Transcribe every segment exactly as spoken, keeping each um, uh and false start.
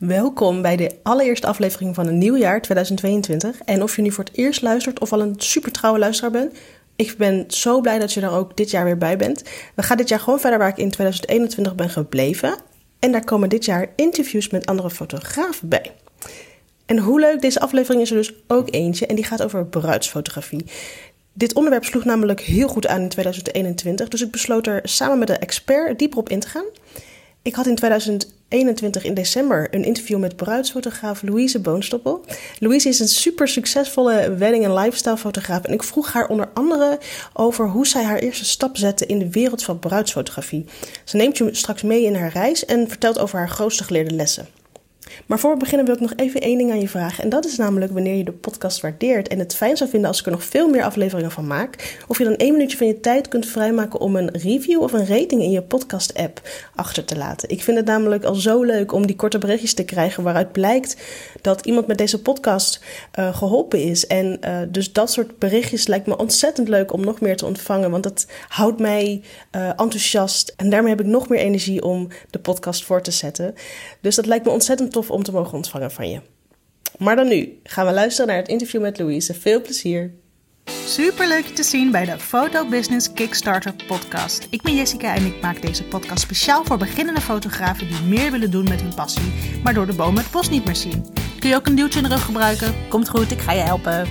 Welkom bij de allereerste aflevering van een nieuw jaar tweeduizend tweeëntwintig. En of je nu voor het eerst luistert of al een super trouwe luisteraar bent, ik ben zo blij dat je er ook dit jaar weer bij bent. We gaan dit jaar gewoon verder waar ik in tweeduizend eenentwintig ben gebleven. En daar komen dit jaar interviews met andere fotografen bij. En hoe leuk, deze aflevering is er dus ook eentje en die gaat over bruidsfotografie. Dit onderwerp sloeg namelijk heel goed aan in tweeduizend eenentwintig, dus ik besloot er samen met een expert dieper op in te gaan. Ik had in tweeduizend eenentwintig in december een interview met bruidsfotograaf Louise Boonstoppel. Louise is een super succesvolle wedding- en lifestyle fotograaf en ik vroeg haar onder andere over hoe zij haar eerste stap zette in de wereld van bruidsfotografie. Ze neemt je straks mee in haar reis en vertelt over haar grootste geleerde lessen. Maar voor we beginnen wil ik nog even één ding aan je vragen. En dat is namelijk wanneer je de podcast waardeert en het fijn zou vinden als ik er nog veel meer afleveringen van maak. Of je dan één minuutje van je tijd kunt vrijmaken om een review of een rating in je podcast app achter te laten. Ik vind het namelijk al zo leuk om die korte berichtjes te krijgen waaruit blijkt dat iemand met deze podcast uh, geholpen is. En uh, dus dat soort berichtjes lijkt me ontzettend leuk om nog meer te ontvangen. Want dat houdt mij uh, enthousiast. En daarmee heb ik nog meer energie om de podcast voor te zetten. Dus dat lijkt me ontzettend tof om te mogen ontvangen van je. Maar dan nu gaan we luisteren naar het interview met Louise. Veel plezier. Super leuk je te zien bij de Photo Business Kickstarter podcast. Ik ben Jessica en ik maak deze podcast speciaal voor beginnende fotografen die meer willen doen met hun passie, maar door de bomen het bos niet meer zien. Kun je ook een duwtje in de rug gebruiken? Komt goed, ik ga je helpen.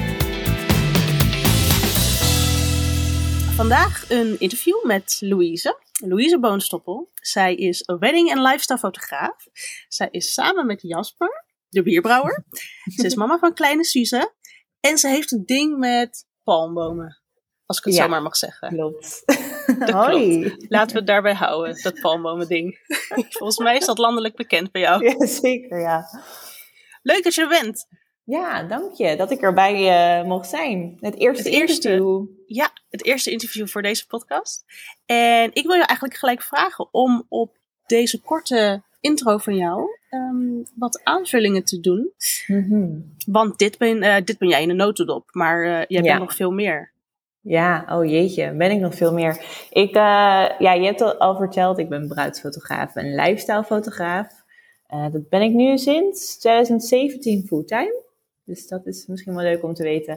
Vandaag een interview met Louise. Louise Boonstoppel. Zij is een wedding- en lifestyle fotograaf. Zij is samen met Jasper, de bierbrouwer. Ze is mama van kleine Suze. En ze heeft een ding met palmbomen. Als ik het ja, zo maar mag zeggen. Klopt. Dat Hoi. klopt. Laten we het daarbij houden, dat palmbomen ding. Volgens mij is dat landelijk bekend bij jou. Ja, zeker, ja. Leuk dat je er bent. Ja, dank je dat ik erbij uh, mocht zijn. Het eerste, het eerste interview. Ja, het eerste interview voor deze podcast. En ik wil je eigenlijk gelijk vragen om op deze korte intro van jou um, wat aanvullingen te doen. Mm-hmm. Want dit ben, uh, dit ben jij in een notendop, maar uh, jij bent ja. nog veel meer. Ja, oh jeetje, ben ik nog veel meer. Ik, uh, ja, je hebt al, al verteld, ik ben bruidsfotograaf en lifestylefotograaf. Uh, dat ben ik nu sinds tweeduizend zeventien fulltime. Dus dat is misschien wel leuk om te weten.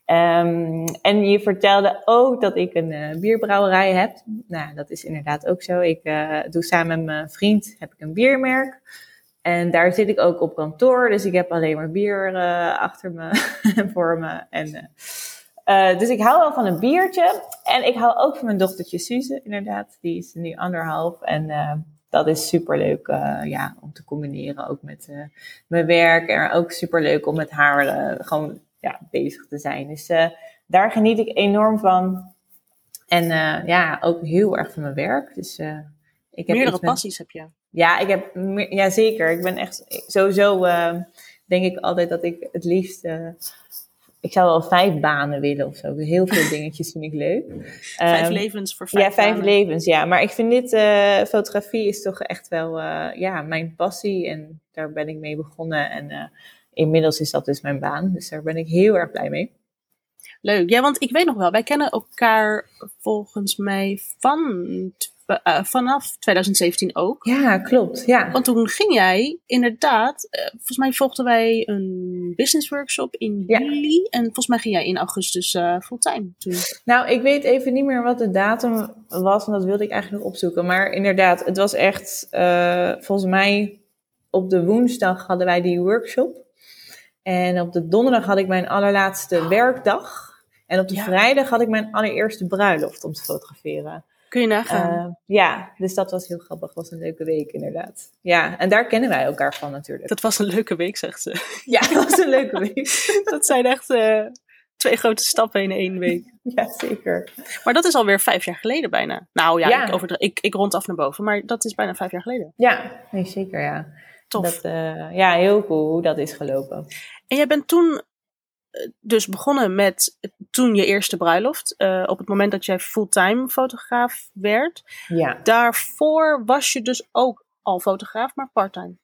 Um, en je vertelde ook dat ik een uh, bierbrouwerij heb. Nou, dat is inderdaad ook zo. Ik uh, doe samen met mijn vriend heb ik een biermerk. En daar zit ik ook op kantoor. Dus ik heb alleen maar bier uh, achter me en voor me. En, uh, uh, dus ik hou wel van een biertje. En ik hou ook van mijn dochtertje Suze, inderdaad. Die is nu anderhalf. En uh, dat is superleuk uh, ja, om te combineren ook met uh, mijn werk. En ook superleuk om met haar uh, gewoon ja, bezig te zijn. Dus uh, daar geniet ik enorm van. En uh, ja, ook heel erg van mijn werk. Dus, uh, ik heb Meerdere met... passies heb je. Ja, ik heb, ja, zeker. Ik ben echt sowieso, uh, denk ik altijd dat ik het liefst... Uh, ik zou wel vijf banen willen of zo. Heel veel dingetjes vind ik leuk. Vijf um, levens voor vijf Ja, vijf banen. levens, ja. Maar ik vind dit, uh, fotografie is toch echt wel, uh, ja, mijn passie. En daar ben ik mee begonnen. En uh, inmiddels is dat dus mijn baan. Dus daar ben ik heel erg blij mee. Leuk. Ja, want ik weet nog wel, wij kennen elkaar volgens mij van, uh, vanaf tweeduizend zeventien ook. Ja, klopt. Ja. Want toen ging jij inderdaad, uh, volgens mij volgden wij een business workshop in Ja. juli. En volgens mij ging jij in augustus uh, fulltime toen. Nou, ik weet even niet meer wat de datum was, en dat wilde ik eigenlijk nog opzoeken. Maar inderdaad, het was echt, uh, volgens mij op de woensdag hadden wij die workshop. En op de donderdag had ik mijn allerlaatste werkdag. En op de Ja. vrijdag had ik mijn allereerste bruiloft om te fotograferen. Kun je nagaan. Uh, ja, dus dat was heel grappig. Het was een leuke week inderdaad. Ja, en daar kennen wij elkaar van natuurlijk. Dat was een leuke week, zegt ze. Ja, dat was een leuke week. Dat zijn echt uh, twee grote stappen in één week. Ja, zeker. Maar dat is alweer vijf jaar geleden bijna. Nou ja, Ja. Ik, overdra- ik, ik rond af naar boven, maar dat is bijna vijf jaar geleden. Ja, nee, zeker ja. Tof. Dat, uh, ja, heel cool hoe dat is gelopen. En jij bent toen uh, dus begonnen met toen je eerste bruiloft. Uh, op het moment dat jij fulltime fotograaf werd. Ja. Daarvoor was je dus ook al fotograaf, maar parttime.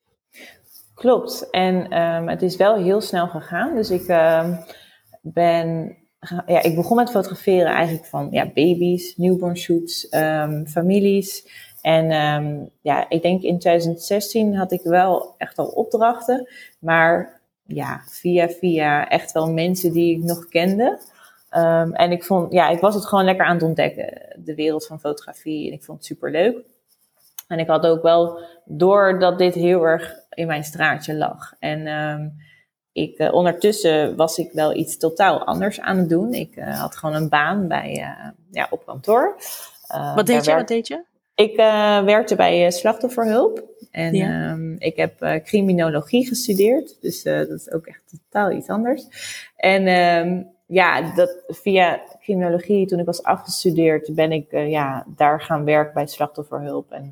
Klopt. En um, het is wel heel snel gegaan. Dus ik uh, ben... Ja, ik begon met fotograferen eigenlijk van ja, baby's, newborn shoots, um, families. En um, ja, ik denk in twintig zestien had ik wel echt al opdrachten. Maar ja, via via echt wel mensen die ik nog kende. Um, en ik vond, ja, ik was het gewoon lekker aan het ontdekken. De wereld van fotografie. En ik vond het superleuk. En ik had ook wel door dat dit heel erg in mijn straatje lag. En um, ik, uh, ondertussen was ik wel iets totaal anders aan het doen. Ik uh, had gewoon een baan bij, uh, ja, op kantoor. Uh, Wat deed je? werk... Wat deed je? Ik uh, werkte bij uh, slachtofferhulp. En ja. um, ik heb uh, criminologie gestudeerd. Dus uh, dat is ook echt totaal iets anders. En um, ja, dat, via criminologie, toen ik was afgestudeerd, ben ik uh, ja, daar gaan werken bij slachtofferhulp. En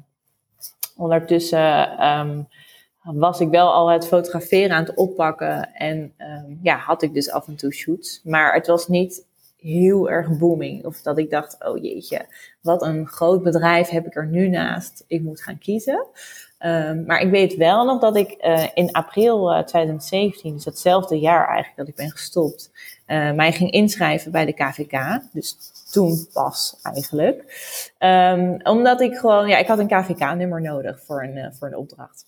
ondertussen um, was ik wel al het fotograferen aan het oppakken. En um, ja, had ik dus af en toe shoots. Maar het was niet heel erg booming. Of dat ik dacht, oh jeetje, wat een groot bedrijf heb ik er nu naast. Ik moet gaan kiezen. Um, maar ik weet wel nog dat ik uh, in april uh, twintig zeventien, dus hetzelfde jaar eigenlijk dat ik ben gestopt, uh, mij ging inschrijven bij de K V K. Dus toen pas eigenlijk. Um, omdat ik gewoon, ja, ik had een K V K-nummer nodig voor een, uh, voor een opdracht.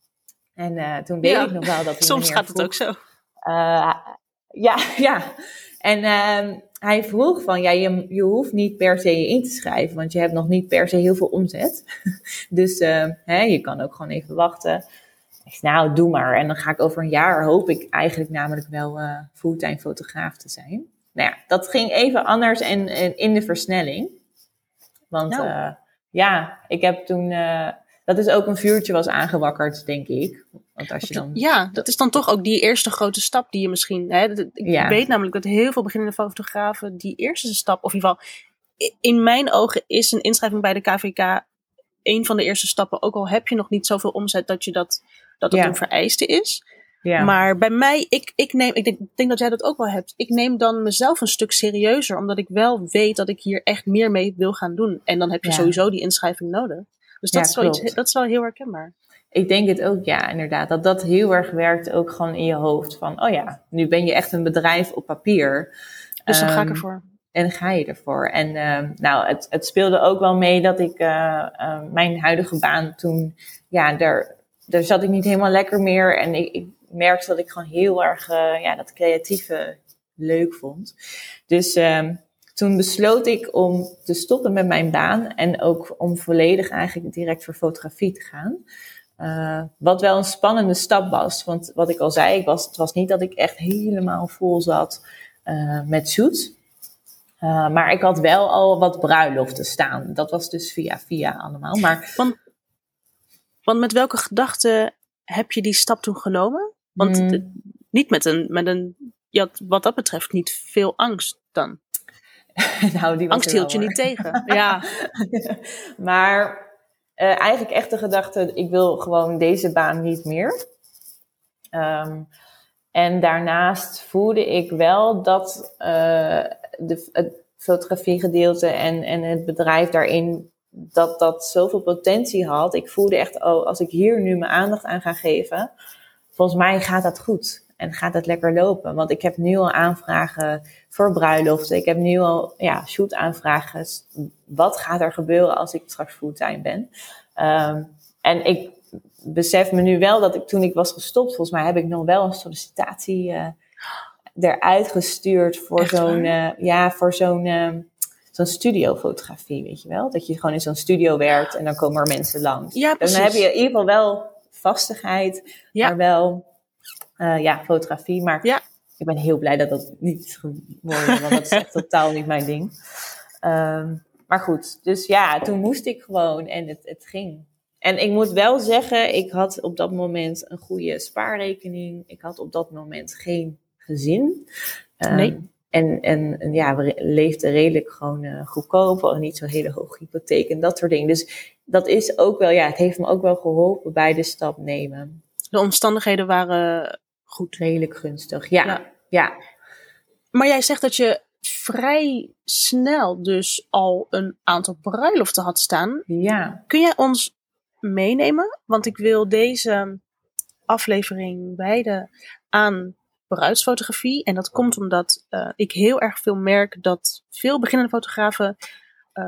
En uh, toen weet ja. ik nog wel dat soms gaat vroeg, het ook zo. Uh, ja, ja. En uh, hij vroeg van, ja, je, je hoeft niet per se je in te schrijven, want je hebt nog niet per se heel veel omzet. dus uh, hè, je kan ook gewoon even wachten. Ik zei, nou, doe maar. En dan ga ik over een jaar, hoop ik eigenlijk namelijk wel uh, fulltime fotograaf te zijn. Nou ja, dat ging even anders en, en in de versnelling. Want nou. uh, ja, ik heb toen... Uh, dat is ook een vuurtje was aangewakkerd, denk ik. Want als je dan... Ja, dat is dan toch ook die eerste grote stap die je misschien... Hè, ik ja. weet namelijk dat heel veel beginnende fotografen die eerste stap... Of in ieder geval, in mijn ogen is een inschrijving bij de K V K een van de eerste stappen. Ook al heb je nog niet zoveel omzet dat je dat, dat het ja. een vereiste is. Ja. Maar bij mij, ik, ik neem, ik denk, denk dat jij dat ook wel hebt. Ik neem dan mezelf een stuk serieuzer, omdat ik wel weet dat ik hier echt meer mee wil gaan doen. En dan heb je ja. sowieso die inschrijving nodig. Dus dat, ja, is wel iets, dat is wel heel herkenbaar. Ik denk het ook, ja, inderdaad. Dat dat heel erg werkt ook gewoon in je hoofd. Van, oh ja, nu ben je echt een bedrijf op papier. Dus dan um, ga ik ervoor. En dan ga je ervoor. En uh, nou, het, het speelde ook wel mee dat ik uh, uh, mijn huidige baan toen... Ja, daar, daar zat ik niet helemaal lekker meer. En ik, ik merkte dat ik gewoon heel erg uh, ja, dat creatieve leuk vond. Dus... Um, Toen besloot ik om te stoppen met mijn baan en ook om volledig eigenlijk direct voor fotografie te gaan. Uh, wat wel een spannende stap was, want wat ik al zei, ik was, het was niet dat ik echt helemaal vol zat uh, met shoots. Uh, maar ik had wel al wat bruiloften staan. Dat was dus via via allemaal. Maar... Want, want met welke gedachten heb je die stap toen genomen? Want mm. het, niet met een, met een, je had wat dat betreft niet veel angst dan. nou, die was angst hield je niet tegen. Ja. maar uh, eigenlijk echt de gedachte, ik wil gewoon deze baan niet meer. Um, en daarnaast voelde ik wel dat uh, de, het fotografiegedeelte en, en het bedrijf daarin, dat dat zoveel potentie had. Ik voelde echt, oh, als ik hier nu mijn aandacht aan ga geven, volgens mij gaat dat goed. En gaat het lekker lopen? Want ik heb nu al aanvragen voor bruiloften. Ik heb nu al ja, shoot aanvragen. Wat gaat er gebeuren als ik straks fulltime ben? Um, en ik besef me nu wel dat ik toen ik was gestopt, volgens mij heb ik nog wel een sollicitatie uh, eruit gestuurd voor Echt zo'n, uh, ja, voor zo'n, uh, zo'n studiofotografie, weet je wel? Dat je gewoon in zo'n studio werkt en dan komen er mensen langs. Ja, en dan heb je in ieder geval wel vastigheid, ja. maar wel... Uh, ja, fotografie, maar ja. ik ben heel blij dat dat niet is geworden, want dat is echt totaal niet mijn ding. Um, maar goed, dus ja, toen moest ik gewoon en het, het ging. En ik moet wel zeggen, ik had op dat moment een goede spaarrekening. Ik had op dat moment geen gezin. Um, nee. En, en, en ja, we leefden redelijk gewoon uh, goedkoop, en niet zo'n hele hoge hypotheek en dat soort dingen. Dus dat is ook wel, ja, het heeft me ook wel geholpen bij de stap nemen. De omstandigheden waren goed. Redelijk gunstig, ja, ja. ja. Maar jij zegt dat je vrij snel dus al een aantal bruiloften had staan. Ja. Kun jij ons meenemen? Want ik wil deze aflevering wijden aan bruidsfotografie. En dat komt omdat uh, ik heel erg veel merk dat veel beginnende fotografen uh,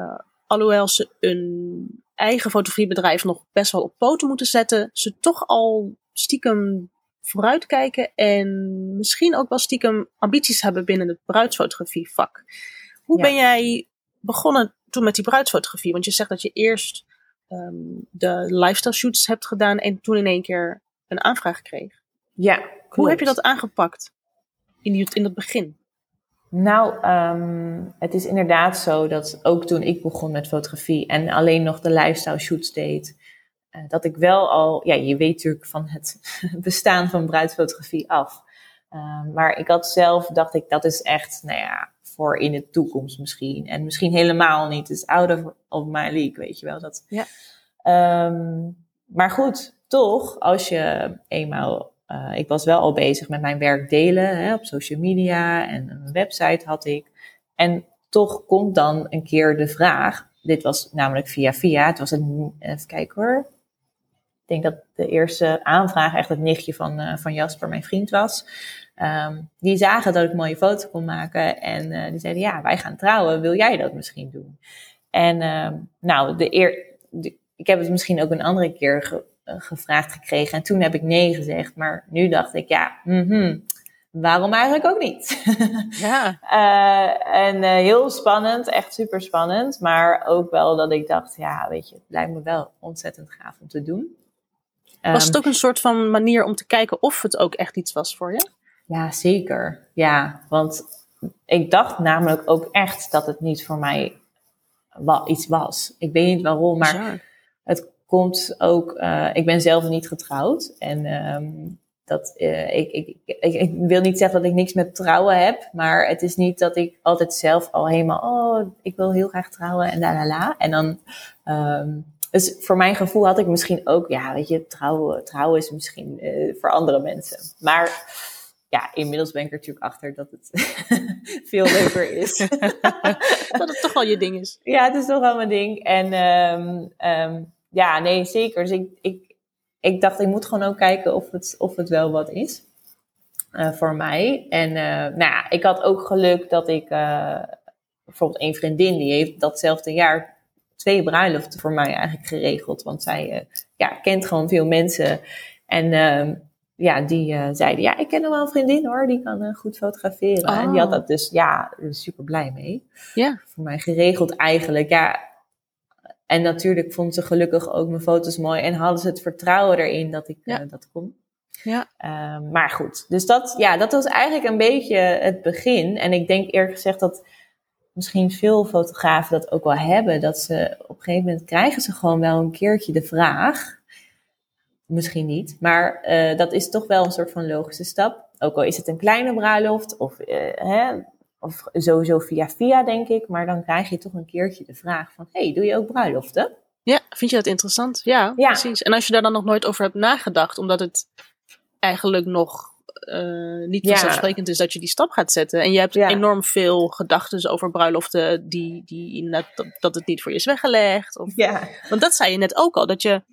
alhoewel ze een eigen fotografiebedrijf nog best wel op poten moeten zetten, ze toch al stiekem vooruitkijken en misschien ook wel stiekem ambities hebben binnen het bruidsfotografievak. Hoe Ja. ben jij begonnen toen met die bruidsfotografie? Want je zegt dat je eerst um, de lifestyle shoots hebt gedaan en toen in één keer een aanvraag kreeg. Ja, Hoe klopt. heb je dat aangepakt in, die, in het begin? Nou, um, het is inderdaad zo dat ook toen ik begon met fotografie en alleen nog de lifestyle shoots deed, uh, dat ik wel al, ja, je weet natuurlijk van het bestaan van bruidsfotografie af. Uh, maar ik had zelf, dacht ik, dat is echt, nou ja, voor in de toekomst misschien. En misschien helemaal niet. Het is out of, of my league, weet je wel. Dat, ja. Um, maar goed, toch, als je eenmaal... Uh, ik was wel al bezig met mijn werk delen, hè, op social media en een website had ik. En toch komt dan een keer de vraag, dit was namelijk via via, het was een, even kijken hoor. Ik denk dat de eerste aanvraag echt het nichtje van, uh, van Jasper, mijn vriend was. Um, die zagen dat ik een mooie foto kon maken en uh, die zeiden, ja, wij gaan trouwen, wil jij dat misschien doen? En uh, nou, de eer, de, ik heb het misschien ook een andere keer ge, gevraagd gekregen. En toen heb ik nee gezegd. Maar nu dacht ik, ja, mm-hmm, waarom eigenlijk ook niet? Ja. uh, en uh, heel spannend, echt super spannend. Maar ook wel dat ik dacht, ja, weet je, het lijkt me wel ontzettend gaaf om te doen. Was um, het ook een soort van manier om te kijken of het ook echt iets was voor je? Ja, zeker. Ja, want ik dacht namelijk ook echt dat het niet voor mij wa- iets was. Ik weet niet waarom, maar ja. het komt ook, uh, ik ben zelf niet getrouwd. En um, dat, uh, ik, ik, ik, ik wil niet zeggen dat ik niks met trouwen heb. Maar het is niet dat ik altijd zelf al helemaal, oh, ik wil heel graag trouwen en la la la. En dan, um, dus voor mijn gevoel had ik misschien ook, ja, weet je, trouwen, trouwen is misschien uh, voor andere mensen. Maar ja, inmiddels ben ik er natuurlijk achter dat het veel leuker is. Dat het toch wel je ding is. Ja, het is toch wel mijn ding. En um, um, ja, nee, zeker. Dus ik, ik, ik dacht, ik moet gewoon ook kijken of het, of het wel wat is uh, voor mij. En uh, nou ja, ik had ook geluk dat ik, uh, bijvoorbeeld een vriendin, die heeft datzelfde jaar twee bruiloften voor mij eigenlijk geregeld. Want zij uh, ja, kent gewoon veel mensen. En uh, ja, die uh, zeiden, ja, ik ken nog wel een vriendin hoor, die kan uh, goed fotograferen. Oh. En die had dat dus, ja, super blij mee. Ja. Voor mij geregeld eigenlijk, ja. En natuurlijk vond ze gelukkig ook mijn foto's mooi. En hadden ze het vertrouwen erin dat ik ja. uh, dat kon. Ja. Uh, maar goed, dus dat, ja, dat was eigenlijk een beetje het begin. En ik denk eerlijk gezegd dat misschien veel fotografen dat ook wel hebben. Dat ze op een gegeven moment krijgen ze gewoon wel een keertje de vraag. Misschien niet, maar uh, dat is toch wel een soort van logische stap. Ook al is het een kleine bruiloft of... Uh, hè, Of sowieso via via, denk ik. Maar dan krijg je toch een keertje de vraag van... hey, doe je ook bruiloften? Ja, vind je dat interessant? Ja, ja, precies. En als je daar dan nog nooit over hebt nagedacht... omdat het eigenlijk nog uh, niet vanzelfsprekend ja. is dat je die stap gaat zetten... en je hebt ja. enorm veel gedachten over bruiloften... die, die dat, dat het niet voor je is weggelegd. Of, ja. Want dat zei je net ook al, dat je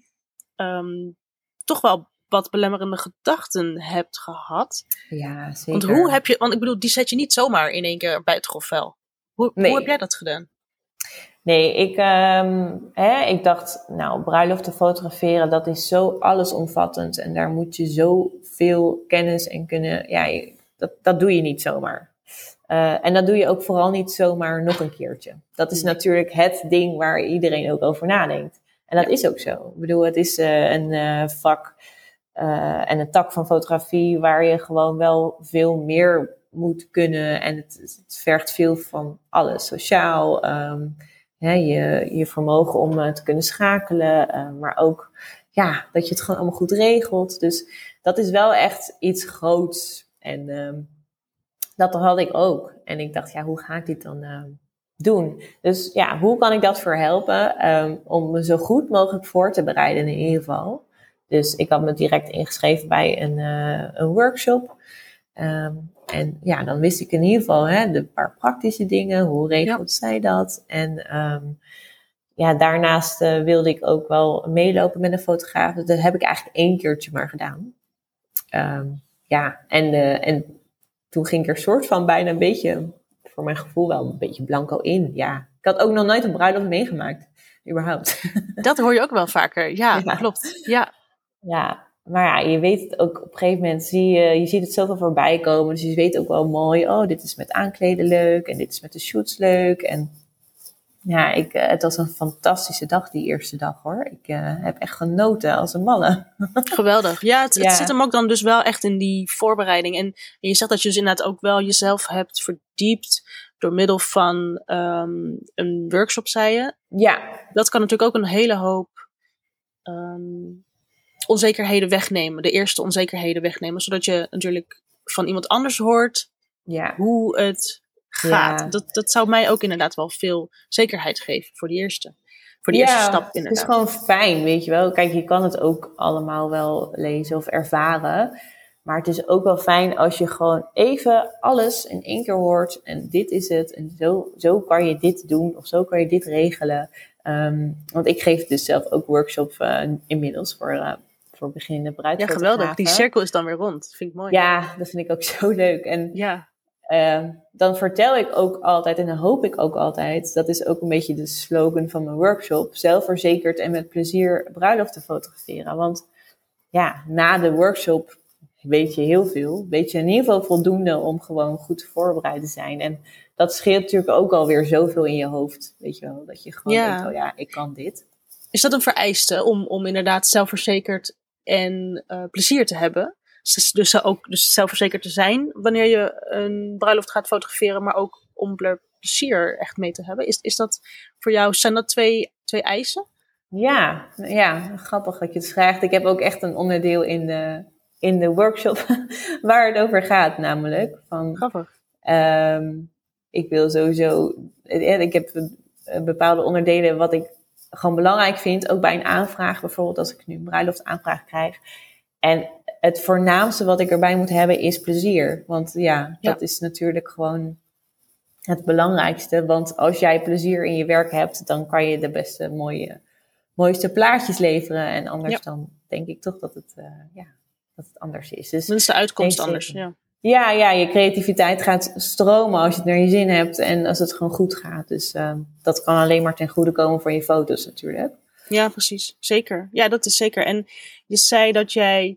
um, toch wel... wat belemmerende gedachten hebt gehad. Ja, zeker. Want hoe heb je, want ik bedoel, die zet je niet zomaar in één keer bij het grof vel. Hoe, nee. hoe heb jij dat gedaan? Nee, ik, um, hè, ik dacht, nou, bruiloften fotograferen, dat is zo allesomvattend. En daar moet je zoveel kennis en kunnen, ja, dat, dat doe je niet zomaar. Uh, en dat doe je ook vooral niet zomaar nog een keertje. Dat is natuurlijk het ding waar iedereen ook over nadenkt. En dat ja. is ook zo. Ik bedoel, het is uh, een uh, vak... Uh, en een tak van fotografie waar je gewoon wel veel meer moet kunnen. En het, het vergt veel van alles. Sociaal, um, ja, je, je vermogen om uh, te kunnen schakelen. Uh, maar ook ja, dat je het gewoon allemaal goed regelt. Dus dat is wel echt iets groots. En um, dat had ik ook. En ik dacht, ja, hoe ga ik dit dan uh, doen? Dus ja, hoe kan ik dat verhelpen? Um, om me zo goed mogelijk voor te bereiden in ieder geval. Dus ik had me direct ingeschreven bij een, uh, een workshop. Um, en ja, dan wist ik in ieder geval hè, de paar praktische dingen. Hoe regelt ja. zij dat? En um, ja, daarnaast uh, wilde ik ook wel meelopen met een fotograaf. Dus dat heb ik eigenlijk één keertje maar gedaan. Um, ja, en, uh, en toen ging ik er soort van bijna een beetje, voor mijn gevoel wel een beetje blanco in. Ja, Ik had ook nog nooit een bruiloft meegemaakt, überhaupt. Dat hoor je ook wel vaker. Ja, Ja. klopt. Ja. Ja, maar ja, je weet het ook op een gegeven moment, zie je, je ziet het zoveel voorbij komen. Dus je weet ook wel mooi, oh, dit is met aankleden leuk en dit is met de shoots leuk. En ja, ik, uh, het was een fantastische dag, die eerste dag hoor. Ik uh, heb echt genoten als een malle. Geweldig. Ja, het, Ja. het zit hem ook dan dus wel echt in die voorbereiding. En je zegt dat je dus inderdaad ook wel jezelf hebt verdiept door middel van um, een workshop, zei je. Ja. Dat kan natuurlijk ook een hele hoop um, onzekerheden wegnemen. De eerste onzekerheden wegnemen. Zodat je natuurlijk van iemand anders hoort Ja. hoe het gaat. Ja. Dat, dat zou mij ook inderdaad wel veel zekerheid geven voor die eerste. Voor die Ja, eerste stap inderdaad. het is gewoon fijn, weet je wel. Kijk, je kan het ook allemaal wel lezen of ervaren. Maar het is ook wel fijn als je gewoon even alles in één keer hoort. En dit is het. En zo, zo kan je dit doen. Of zo kan je dit regelen. Um, want ik geef dus zelf ook workshops uh, inmiddels voor, uh, voor beginnende Ja, bruidsfotografen. geweldig. Die cirkel is dan weer rond. Dat vind ik mooi. Ja, dat vind ik ook zo leuk. En Ja. Uh, dan vertel ik ook altijd, en dan hoop ik ook altijd, dat is ook een beetje de slogan van mijn workshop, zelfverzekerd en met plezier bruiloften fotograferen. Want ja, na de workshop weet je heel veel. Weet je in ieder geval voldoende om gewoon goed voorbereid te zijn. En dat scheelt natuurlijk ook alweer zoveel in je hoofd. Weet je wel, dat je gewoon Ja. denkt, oh ja, ik kan dit. Is dat een vereiste om, om inderdaad zelfverzekerd en uh, plezier te hebben? Dus, dus ook dus zelfverzekerd te zijn wanneer je een bruiloft gaat fotograferen, maar ook om er plezier echt mee te hebben. Is, is dat voor jou, zijn dat twee, twee eisen? Ja, ja, grappig dat je het vraagt. Ik heb ook echt een onderdeel in de, in de workshop waar het over gaat, namelijk. Van, grappig. Um, ik wil sowieso, ik heb bepaalde onderdelen wat ik gewoon belangrijk vind, ook bij een aanvraag, bijvoorbeeld als ik nu een bruiloftaanvraag krijg. En het voornaamste wat ik erbij moet hebben is plezier. Want ja, dat ja. is natuurlijk gewoon het belangrijkste. Want als jij plezier in je werk hebt, dan kan je de beste mooie, mooiste plaatjes leveren. En anders ja. dan denk ik toch dat het, uh, ja, dat het anders is. Dus dan is de uitkomst anders, ja. Ja, ja, je creativiteit gaat stromen als je het naar je zin hebt en als het gewoon goed gaat. Dus uh, dat kan alleen maar ten goede komen voor je foto's natuurlijk. Ja, precies. Zeker. Ja, dat is zeker. En je zei dat jij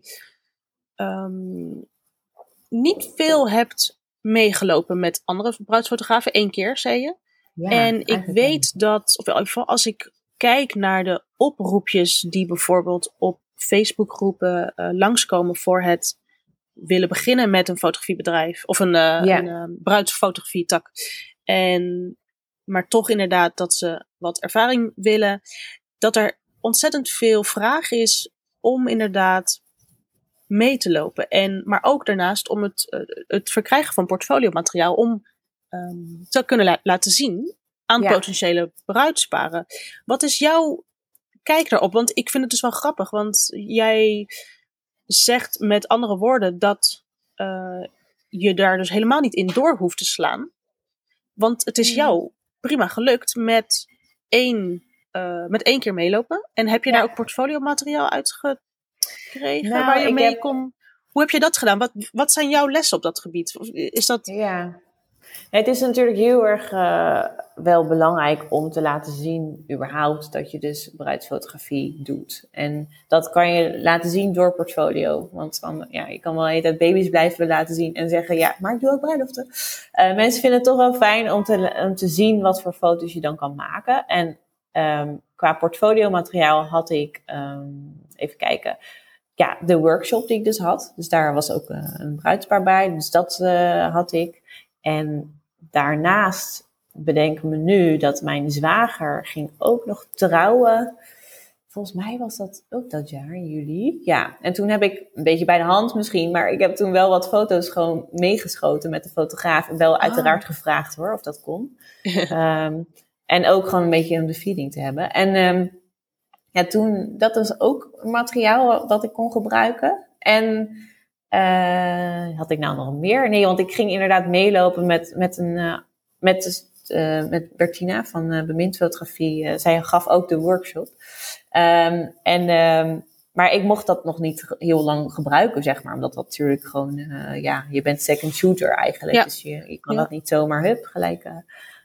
um, niet veel hebt meegelopen met andere bruidsfotografen. Eén keer, zei je. Ja, en ik weet wel. dat, of in ieder geval als ik kijk naar de oproepjes die bijvoorbeeld op Facebookgroepen uh, langskomen voor het willen beginnen met een fotografiebedrijf. Of een, uh, ja. een uh, bruidsfotografie-tak. En, maar toch inderdaad dat ze wat ervaring willen. Dat er ontzettend veel vraag is om inderdaad mee te lopen. En, maar ook daarnaast om het, uh, het verkrijgen van portfoliomateriaal. Om um, te kunnen la- laten zien aan ja. potentiële bruidsparen. Wat is jouw kijk daarop? Want ik vind het dus wel grappig. Want jij zegt met andere woorden dat uh, je daar dus helemaal niet in door hoeft te slaan. Want het is jou prima gelukt met één, uh, met één keer meelopen. En heb je ja. daar ook portfoliomateriaal uitgekregen nou, waar je mee heb... kon... Hoe heb je dat gedaan? Wat, wat zijn jouw lessen op dat gebied? Is dat... Ja, het is natuurlijk heel erg uh, wel belangrijk om te laten zien überhaupt dat je dus bruidsfotografie doet. En dat kan je laten zien door portfolio. Want dan, ja, je kan wel de hele tijd baby's blijven laten zien en zeggen, ja, maar ik doe ook bruiloften. Uh, mensen vinden het toch wel fijn om te, om te zien wat voor foto's je dan kan maken. En um, qua portfoliomateriaal had ik, um, even kijken, ja, de workshop die ik dus had. Dus daar was ook uh, een bruidspaar bij, dus dat uh, had ik. En daarnaast bedenk ik me nu dat mijn zwager ging ook nog trouwen. Volgens mij was dat ook dat jaar, in juli. Ja, en toen heb ik een beetje bij de hand misschien, maar ik heb toen wel wat foto's gewoon meegeschoten met de fotograaf. En wel uiteraard oh. gevraagd hoor, of dat kon. um, en ook gewoon een beetje om de feeling te hebben. En um, ja, toen, dat was ook materiaal dat ik kon gebruiken. En... Uh, had ik nou nog meer? Nee, want ik ging inderdaad meelopen met, met, een, uh, met, uh, met Bertina van uh, Bemind Fotografie. Uh, zij gaf ook de workshop. Um, en, um, maar ik mocht dat nog niet heel lang gebruiken, zeg maar. Omdat dat natuurlijk gewoon, uh, ja, je bent second shooter eigenlijk. Ja. Dus je, je kan ja. dat niet zomaar, hup, gelijk uh,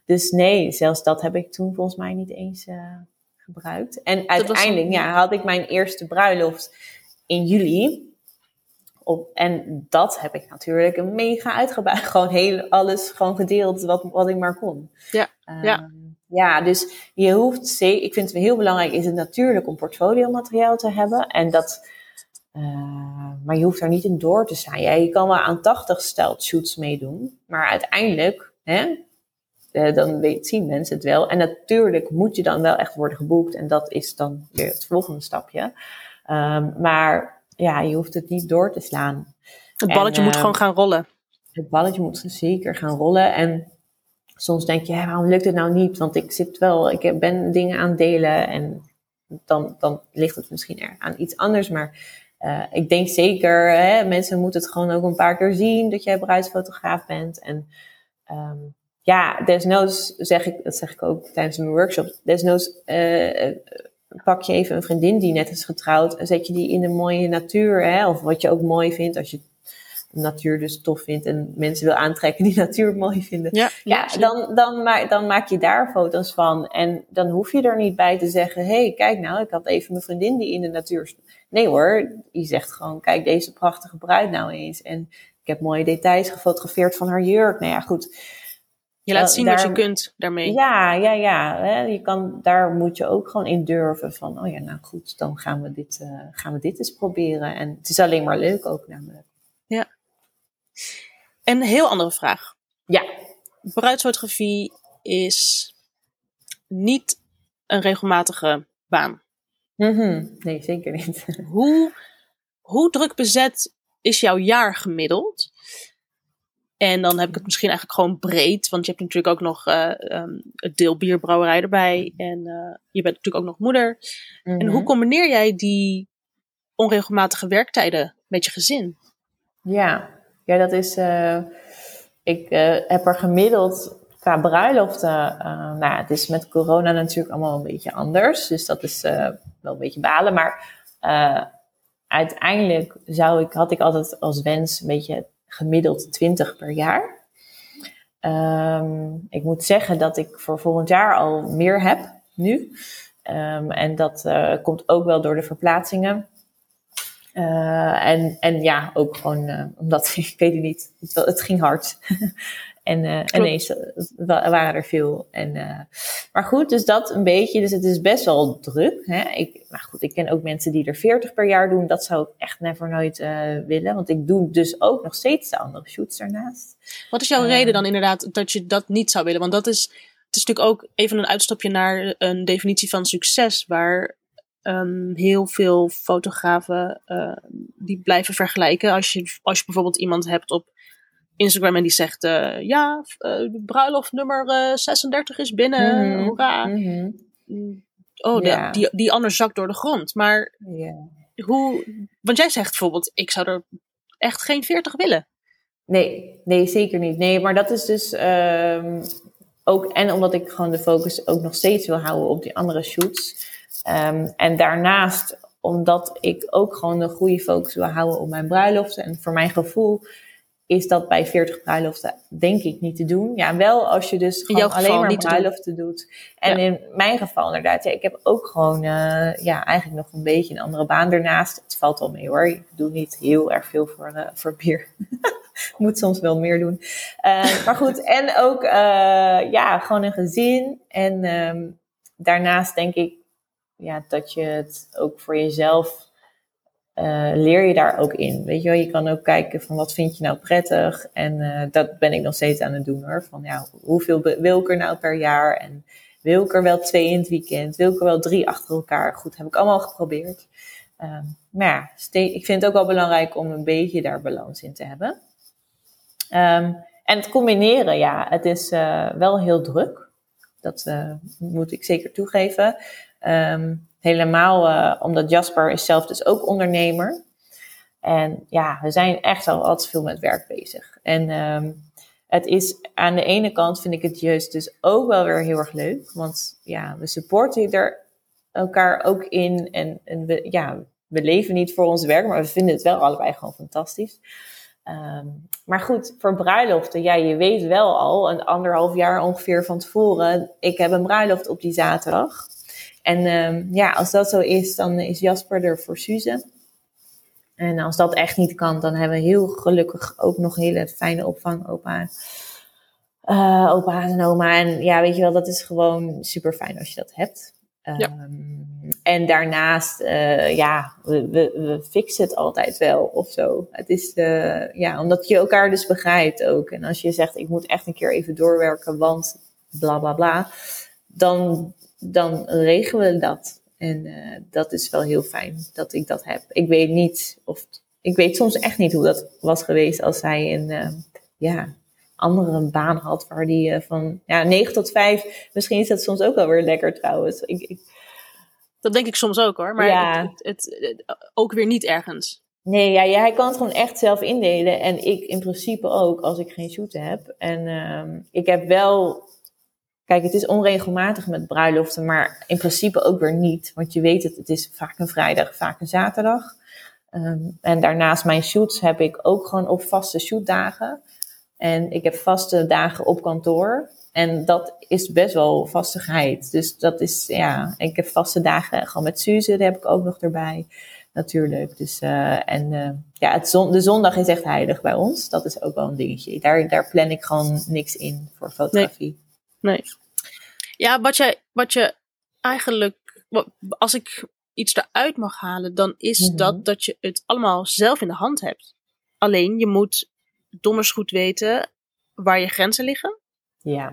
Dus nee, zelfs dat heb ik toen volgens mij niet eens uh, gebruikt. En uiteindelijk een... ja, had ik mijn eerste bruiloft in juli. Op, en dat heb ik natuurlijk een mega uitgebreid. Gewoon heel alles gewoon gedeeld wat, wat ik maar kon. Ja, uh, ja. Ja, dus je hoeft zeker... Ik vind het heel belangrijk is het natuurlijk om portfoliomateriaal te hebben. En dat... Uh, maar je hoeft daar niet in door te staan. Ja, je kan wel aan tachtig styled shoots meedoen. Maar uiteindelijk... Hè, uh, dan weet, zien mensen het wel. En natuurlijk moet je dan wel echt worden geboekt. En dat is dan weer het volgende stapje. Um, maar... Ja, je hoeft het niet door te slaan. Het balletje en, uh, moet gewoon gaan rollen. Het balletje moet zeker gaan rollen. En soms denk je, ja, waarom lukt het nou niet? Want ik zit wel, ik ben dingen aan het delen. En dan, dan ligt het misschien er aan iets anders. Maar uh, ik denk zeker, hè, mensen moeten het gewoon ook een paar keer zien. Dat jij bruidsfotograaf bent. En um, ja, desnoods zeg ik, dat zeg ik ook tijdens mijn workshops. Desnoods... Uh, pak je even een vriendin die net is getrouwd en zet je die in de mooie natuur, hè? Of wat je ook mooi vindt, als je de natuur dus tof vindt en mensen wil aantrekken die natuur mooi vinden. Ja, ja, ja dan, dan, maak, dan maak je daar foto's van en dan hoef je er niet bij te zeggen, hé, hey, kijk nou, ik had even mijn vriendin die in de natuur... Nee hoor, je zegt gewoon, kijk deze prachtige bruid nou eens en ik heb mooie details gefotografeerd van haar jurk. Nou ja, goed... Je laat zien daar, wat je kunt daarmee. Ja, ja, ja. Hè. Je kan, daar moet je ook gewoon in durven van, oh ja, nou goed, dan gaan we dit, uh, gaan we dit eens proberen. En het is alleen maar leuk ook namelijk. Ja. En een heel andere vraag. Ja. Bruidsfotografie is niet een regelmatige baan. Mm-hmm. Nee, zeker niet. Hoe, hoe druk bezet is jouw jaar gemiddeld? En dan heb ik het misschien eigenlijk gewoon breed. Want je hebt natuurlijk ook nog uh, um, het deel bierbrouwerij erbij. En uh, je bent natuurlijk ook nog moeder. Mm-hmm. En hoe combineer jij die onregelmatige werktijden met je gezin? Ja, ja dat is... Uh, ik uh, heb er gemiddeld qua bruiloften... Uh, nou, het is met corona natuurlijk allemaal een beetje anders. Dus dat is uh, wel een beetje balen. Maar uh, uiteindelijk zou ik, had ik altijd als wens een beetje... gemiddeld twintig per jaar. Um, ik moet zeggen dat ik voor volgend jaar al meer heb nu. Um, en dat uh, komt ook wel door de verplaatsingen. Uh, en, en ja, ook gewoon uh, omdat, ik weet het niet, het, het ging hard. en uh, ineens waren er veel. En, uh, maar goed, dus dat een beetje. Dus het is best wel druk. Hè? Ik, maar goed, ik ken ook mensen die er veertig per jaar doen. Dat zou ik echt never nooit uh, willen. Want ik doe dus ook nog steeds de andere shoots daarnaast. Wat is jouw uh, reden dan inderdaad dat je dat niet zou willen? Want dat is, het is natuurlijk ook even een uitstapje naar een definitie van succes. Waar um, heel veel fotografen uh, die blijven vergelijken. Als je, als je bijvoorbeeld iemand hebt op Instagram en die zegt, uh, ja, uh, bruiloft nummer uh, zesendertig is binnen, mm-hmm. hoera. Mm-hmm. Oh, yeah. de, die, die ander zakt door de grond. Maar yeah. hoe, want jij zegt bijvoorbeeld, ik zou er echt geen veertig willen. Nee, nee, zeker niet. Nee, maar dat is dus um, ook, en omdat ik gewoon de focus ook nog steeds wil houden op die andere shoots. Um, en daarnaast, omdat ik ook gewoon de goede focus wil houden op mijn bruiloften. En voor mijn gevoel is dat bij veertig bruiloften denk ik niet te doen. Ja, wel als je dus gewoon alleen maar bruiloften doet. En ja. in mijn geval inderdaad, ja, ik heb ook gewoon uh, ja, eigenlijk nog een beetje een andere baan ernaast. Het valt wel mee hoor. Ik doe niet heel erg veel voor, uh, voor bier. Moet soms wel meer doen. Uh, maar goed, en ook uh, ja, gewoon een gezin. En um, daarnaast denk ik ja, dat je het ook voor jezelf Uh, leer je daar ook in. Weet je wel, je kan ook kijken van wat vind je nou prettig. En uh, dat ben ik nog steeds aan het doen hoor. Van ja, hoeveel be- wil ik er nou per jaar? En wil ik er wel twee in het weekend? Wil ik er wel drie achter elkaar? Goed, heb ik allemaal geprobeerd. Uh, maar ja, ste- ik vind het ook wel belangrijk om een beetje daar balans in te hebben. Um, en het combineren, ja, het is uh, wel heel druk. Dat uh, moet ik zeker toegeven. Um, Helemaal uh, omdat Jasper is zelf dus ook ondernemer. En ja, we zijn echt al altijd veel met werk bezig. En um, het is aan de ene kant vind ik het juist dus ook wel weer heel erg leuk. Want ja, we supporten er elkaar ook in. En, en we, ja, we leven niet voor ons werk, maar we vinden het wel allebei gewoon fantastisch. Um, maar goed, voor bruiloften, ja, je weet wel al een anderhalf jaar ongeveer van tevoren, ik heb een bruiloft op die zaterdag. En um, ja, als dat zo is, dan is Jasper er voor Suze. En als dat echt niet kan, dan hebben we heel gelukkig ook nog hele fijne opvang, opa, uh, opa's en oma. En ja, weet je wel, dat is gewoon super fijn als je dat hebt. Um, ja. En daarnaast, uh, ja, we, we, we fixen het altijd wel of zo. Het is, uh, ja, omdat je elkaar dus begrijpt ook. En als je zegt, ik moet echt een keer even doorwerken, want bla bla bla. Dan, dan regelen we dat. En uh, dat is wel heel fijn dat ik dat heb. Ik weet niet of, ik weet soms echt niet hoe dat was geweest als zij een, uh, ja... andere baan had, waar die uh, van ja, negen tot vijf, misschien is dat soms ook wel weer lekker trouwens. Ik, ik... Dat denk ik soms ook hoor, maar ja. het, het, het, het, ook weer niet ergens. Nee, ja, ja, hij kan het gewoon echt zelf indelen en ik in principe ook, als ik geen shoot heb. En uh, ik heb wel, kijk, het is onregelmatig met bruiloften, maar in principe ook weer niet, want je weet het, het is vaak een vrijdag, vaak een zaterdag. Um, en daarnaast mijn shoots heb ik ook gewoon op vaste shootdagen. En ik heb vaste dagen op kantoor. En dat is best wel vastigheid. Dus dat is, ja, ik heb vaste dagen gewoon met Suze, daar heb ik ook nog erbij. Natuurlijk. Dus, uh, en uh, ja, het zon, de zondag is echt heilig bij ons. Dat is ook wel een dingetje. Daar, daar plan ik gewoon niks in voor fotografie. Nee. nee. Ja, wat je, wat je eigenlijk, als ik iets eruit mag halen, dan is mm-hmm. dat dat je het allemaal zelf in de hand hebt. Alleen, je moet donders goed weten waar je grenzen liggen. Ja.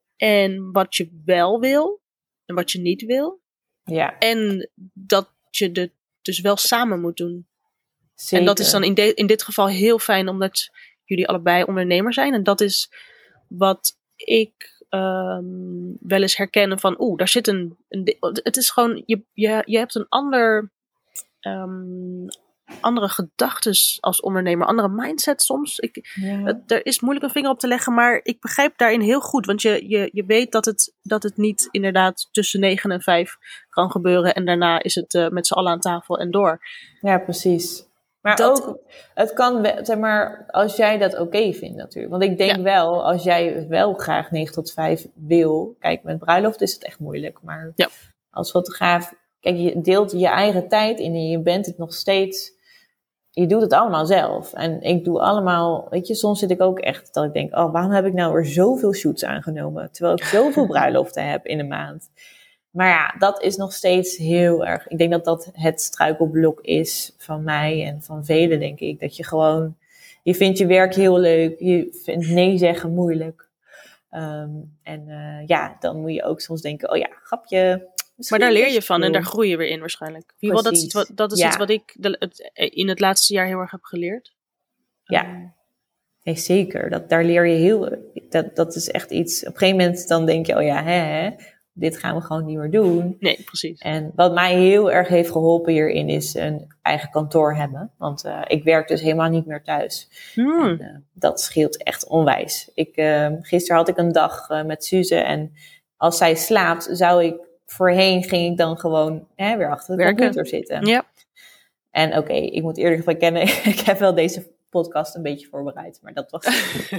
En wat je wel wil. En wat je niet wil. Ja. En dat je het dus wel samen moet doen. Zeker. En dat is dan in, de, in dit geval heel fijn, omdat jullie allebei ondernemer zijn. En dat is wat ik um, wel eens herken van, oeh, daar zit een, een... Het is gewoon, je, je, je hebt een ander... Um, andere gedachten als ondernemer, andere mindset soms. Ik, ja. het, er is moeilijk een vinger op te leggen, maar ik begrijp daarin heel goed. Want je, je, je weet dat het, dat het niet inderdaad tussen negen en vijf kan gebeuren. En daarna is het uh, met z'n allen aan tafel en door. Ja, precies. Maar dat, ook, het kan, zeg maar, als jij dat oké okay vindt natuurlijk. Want ik denk ja. wel, als jij wel graag negen tot vijf wil. Kijk, met bruiloft is het echt moeilijk. Maar ja. als fotograaf, kijk, je deelt je eigen tijd in en je bent het nog steeds... Je doet het allemaal zelf. En ik doe allemaal... Weet je, soms zit ik ook echt dat ik denk... Oh, waarom heb ik nou weer zoveel shoots aangenomen? Terwijl ik zoveel bruiloften heb in een maand. Maar ja, dat is nog steeds heel erg... Ik denk dat dat het struikelblok is van mij en van velen, denk ik. Dat je gewoon... Je vindt je werk heel leuk. Je vindt nee zeggen moeilijk. Um, en uh, ja, dan moet je ook soms denken... Oh ja, grapje... Misschien maar daar leer je van en daar groei je weer in waarschijnlijk. In ieder geval, dat is, iets wat, dat is ja. iets wat ik de, het, in het laatste jaar heel erg heb geleerd. Ja, um. nee, zeker. Dat, daar leer je heel... Dat, dat is echt iets... Op een gegeven moment dan denk je... Oh ja, hè, hè, dit gaan we gewoon niet meer doen. Nee, precies. En wat mij heel erg heeft geholpen hierin is een eigen kantoor hebben. Want uh, ik werk dus helemaal niet meer thuis. Hmm. En, uh, dat scheelt echt onwijs. Ik, uh, gisteren had ik een dag uh, met Suze en als zij slaapt zou ik... Voorheen ging ik dan gewoon hè, weer achter de Werken. computer zitten. Ja. En oké, okay, ik moet eerlijk bekennen, ik heb wel deze podcast een beetje voorbereid. Maar dat was...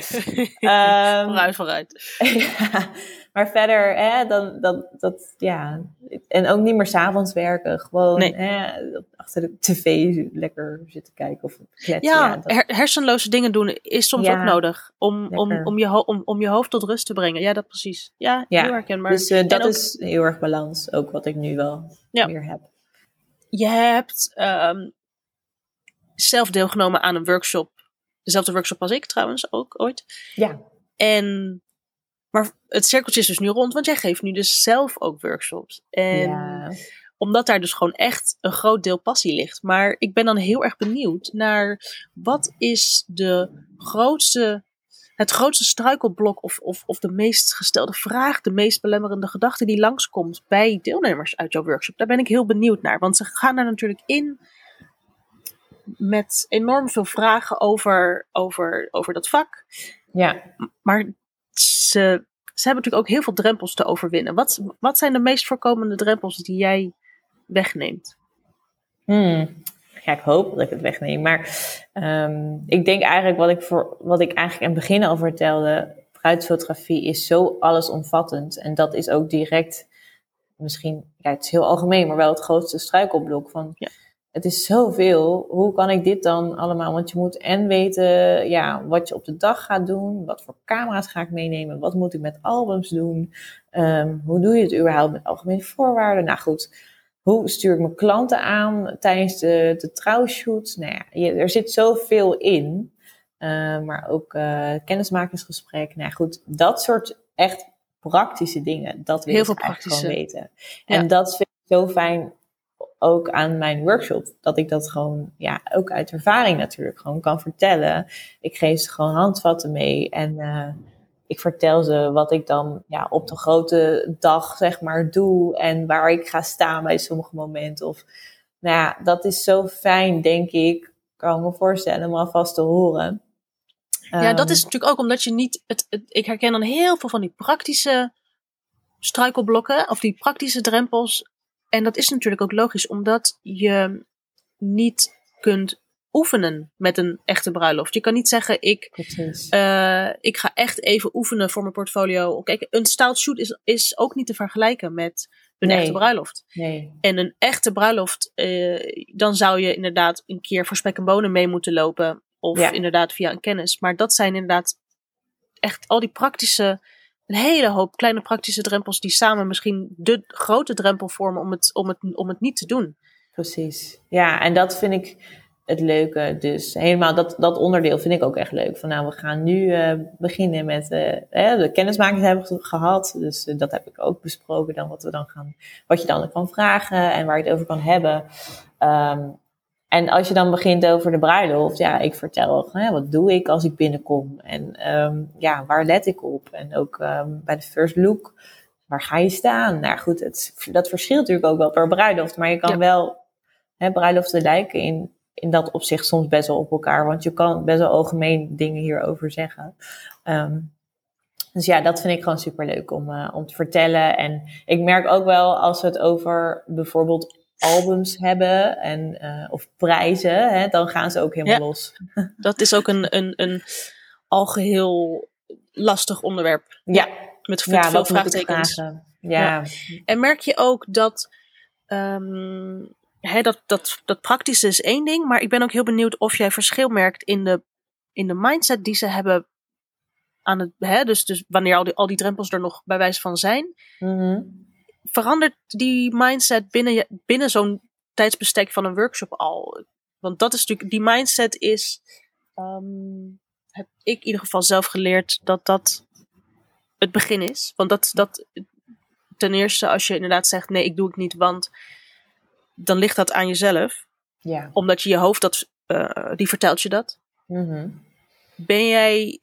um, vooruit, vooruit. ja, maar verder, hè, dan, dan, dat, ja... En ook niet meer 's avonds werken. Gewoon nee. hè, achter de tv lekker zitten kijken of kletsen. Ja, ja dat... her- hersenloze dingen doen is soms ja, ook nodig. Om, om, om, je ho- om, om je hoofd tot rust te brengen. Ja, dat precies. Ja, ja. heel herkenbaar. Dus uh, dat ook, is heel erg balans. Ook wat ik nu wel ja. meer heb. Je hebt um, zelf deelgenomen aan een workshop. Dezelfde workshop als ik trouwens ook ooit. Ja. En, maar het cirkeltje is dus nu rond, want jij geeft nu dus zelf ook workshops. En ja. omdat daar dus gewoon echt een groot deel passie ligt. Maar ik ben dan heel erg benieuwd naar wat is de grootste, het grootste struikelblok of, of, of de meest gestelde vraag, de meest belemmerende gedachte die langskomt bij deelnemers uit jouw workshop. Daar ben ik heel benieuwd naar, want ze gaan er natuurlijk in met enorm veel vragen over, over, over dat vak. Ja. Maar ze, ze hebben natuurlijk ook heel veel drempels te overwinnen. Wat, wat zijn de meest voorkomende drempels die jij wegneemt? Hmm. Ja, ik hoop dat ik het wegneem. Maar um, ik denk eigenlijk wat ik, voor, wat ik eigenlijk in het begin al vertelde, bruidsfotografie is zo allesomvattend. En dat is ook direct, misschien, ja, het is heel algemeen, maar wel het grootste struikelblok van... Ja. Het is zoveel. Hoe kan ik dit dan allemaal? Want je moet en weten ja, wat je op de dag gaat doen. Wat voor camera's ga ik meenemen? Wat moet ik met albums doen? Um, hoe doe je het überhaupt met algemene voorwaarden? Nou goed, hoe stuur ik mijn klanten aan tijdens de, de trouwshoot? Nou ja, je, er zit zoveel in. Uh, maar ook uh, kennismakingsgesprek. Nou goed, dat soort echt praktische dingen. Dat wil Heel ik veel eigenlijk praktische. gewoon weten. En Ja. dat vind ik zo fijn... ook aan mijn workshop, dat ik dat gewoon, ja, ook uit ervaring natuurlijk gewoon kan vertellen. Ik geef ze gewoon handvatten mee en uh, ik vertel ze wat ik dan ja, op de grote dag, zeg maar, doe en waar ik ga staan bij sommige momenten. Of, nou ja, dat is zo fijn, denk ik, kan ik me voorstellen, om alvast te horen. Ja, Um, dat is natuurlijk ook omdat je niet, het, het, ik herken dan heel veel van die praktische struikelblokken, of die praktische drempels. En dat is natuurlijk ook logisch, omdat je niet kunt oefenen met een echte bruiloft. Je kan niet zeggen, ik, uh, ik ga echt even oefenen voor mijn portfolio. Kijk, een styled shoot is, is ook niet te vergelijken met een nee. echte bruiloft. Nee. En een echte bruiloft, uh, dan zou je inderdaad een keer voor spek en bonen mee moeten lopen. Of ja. inderdaad via een kennis. Maar dat zijn inderdaad echt al die praktische... een hele hoop kleine praktische drempels die samen misschien de grote drempel vormen om het, om het, om het niet te doen. Precies. Ja, en dat vind ik het leuke. Dus helemaal dat, dat onderdeel vind ik ook echt leuk. Van nou, we gaan nu uh, beginnen met uh, de kennismaking hebben we gehad. Dus uh, dat heb ik ook besproken. Dan wat we dan gaan, wat je dan kan vragen en waar je het over kan hebben. Um, En als je dan begint over de bruiloft, ja, ik vertel, hè, wat doe ik als ik binnenkom? En um, ja, waar let ik op? En ook um, bij de first look, waar ga je staan? Nou goed, het, dat verschilt natuurlijk ook wel per bruiloft. Maar je kan ja. wel, hè, bruiloften lijken in, in dat opzicht soms best wel op elkaar. Want je kan best wel algemeen dingen hierover zeggen. Um, dus ja, dat vind ik gewoon superleuk om, uh, om te vertellen. En ik merk ook wel als we het over bijvoorbeeld albums hebben en uh, of prijzen, hè, dan gaan ze ook helemaal ja. los. Dat is ook een, een, een algeheel lastig onderwerp. Ja. Met, met ja, veel vraagtekens. Ja. ja. En merk je ook dat, um, hè, dat, dat dat praktische is één ding, maar ik ben ook heel benieuwd of jij verschil merkt in de, in de mindset die ze hebben aan het, hè, dus, dus wanneer al die, al die drempels er nog bij wijze van zijn. Mm-hmm. Verandert die mindset binnen, je, binnen zo'n tijdsbestek van een workshop al? Want dat is natuurlijk, die mindset is, um, heb ik in ieder geval zelf geleerd dat dat het begin is. Want dat, dat ten eerste, als je inderdaad zegt, nee, ik doe het niet, want dan ligt dat aan jezelf. Ja. Omdat je je hoofd, dat, uh, die vertelt je dat. Mm-hmm. Ben jij,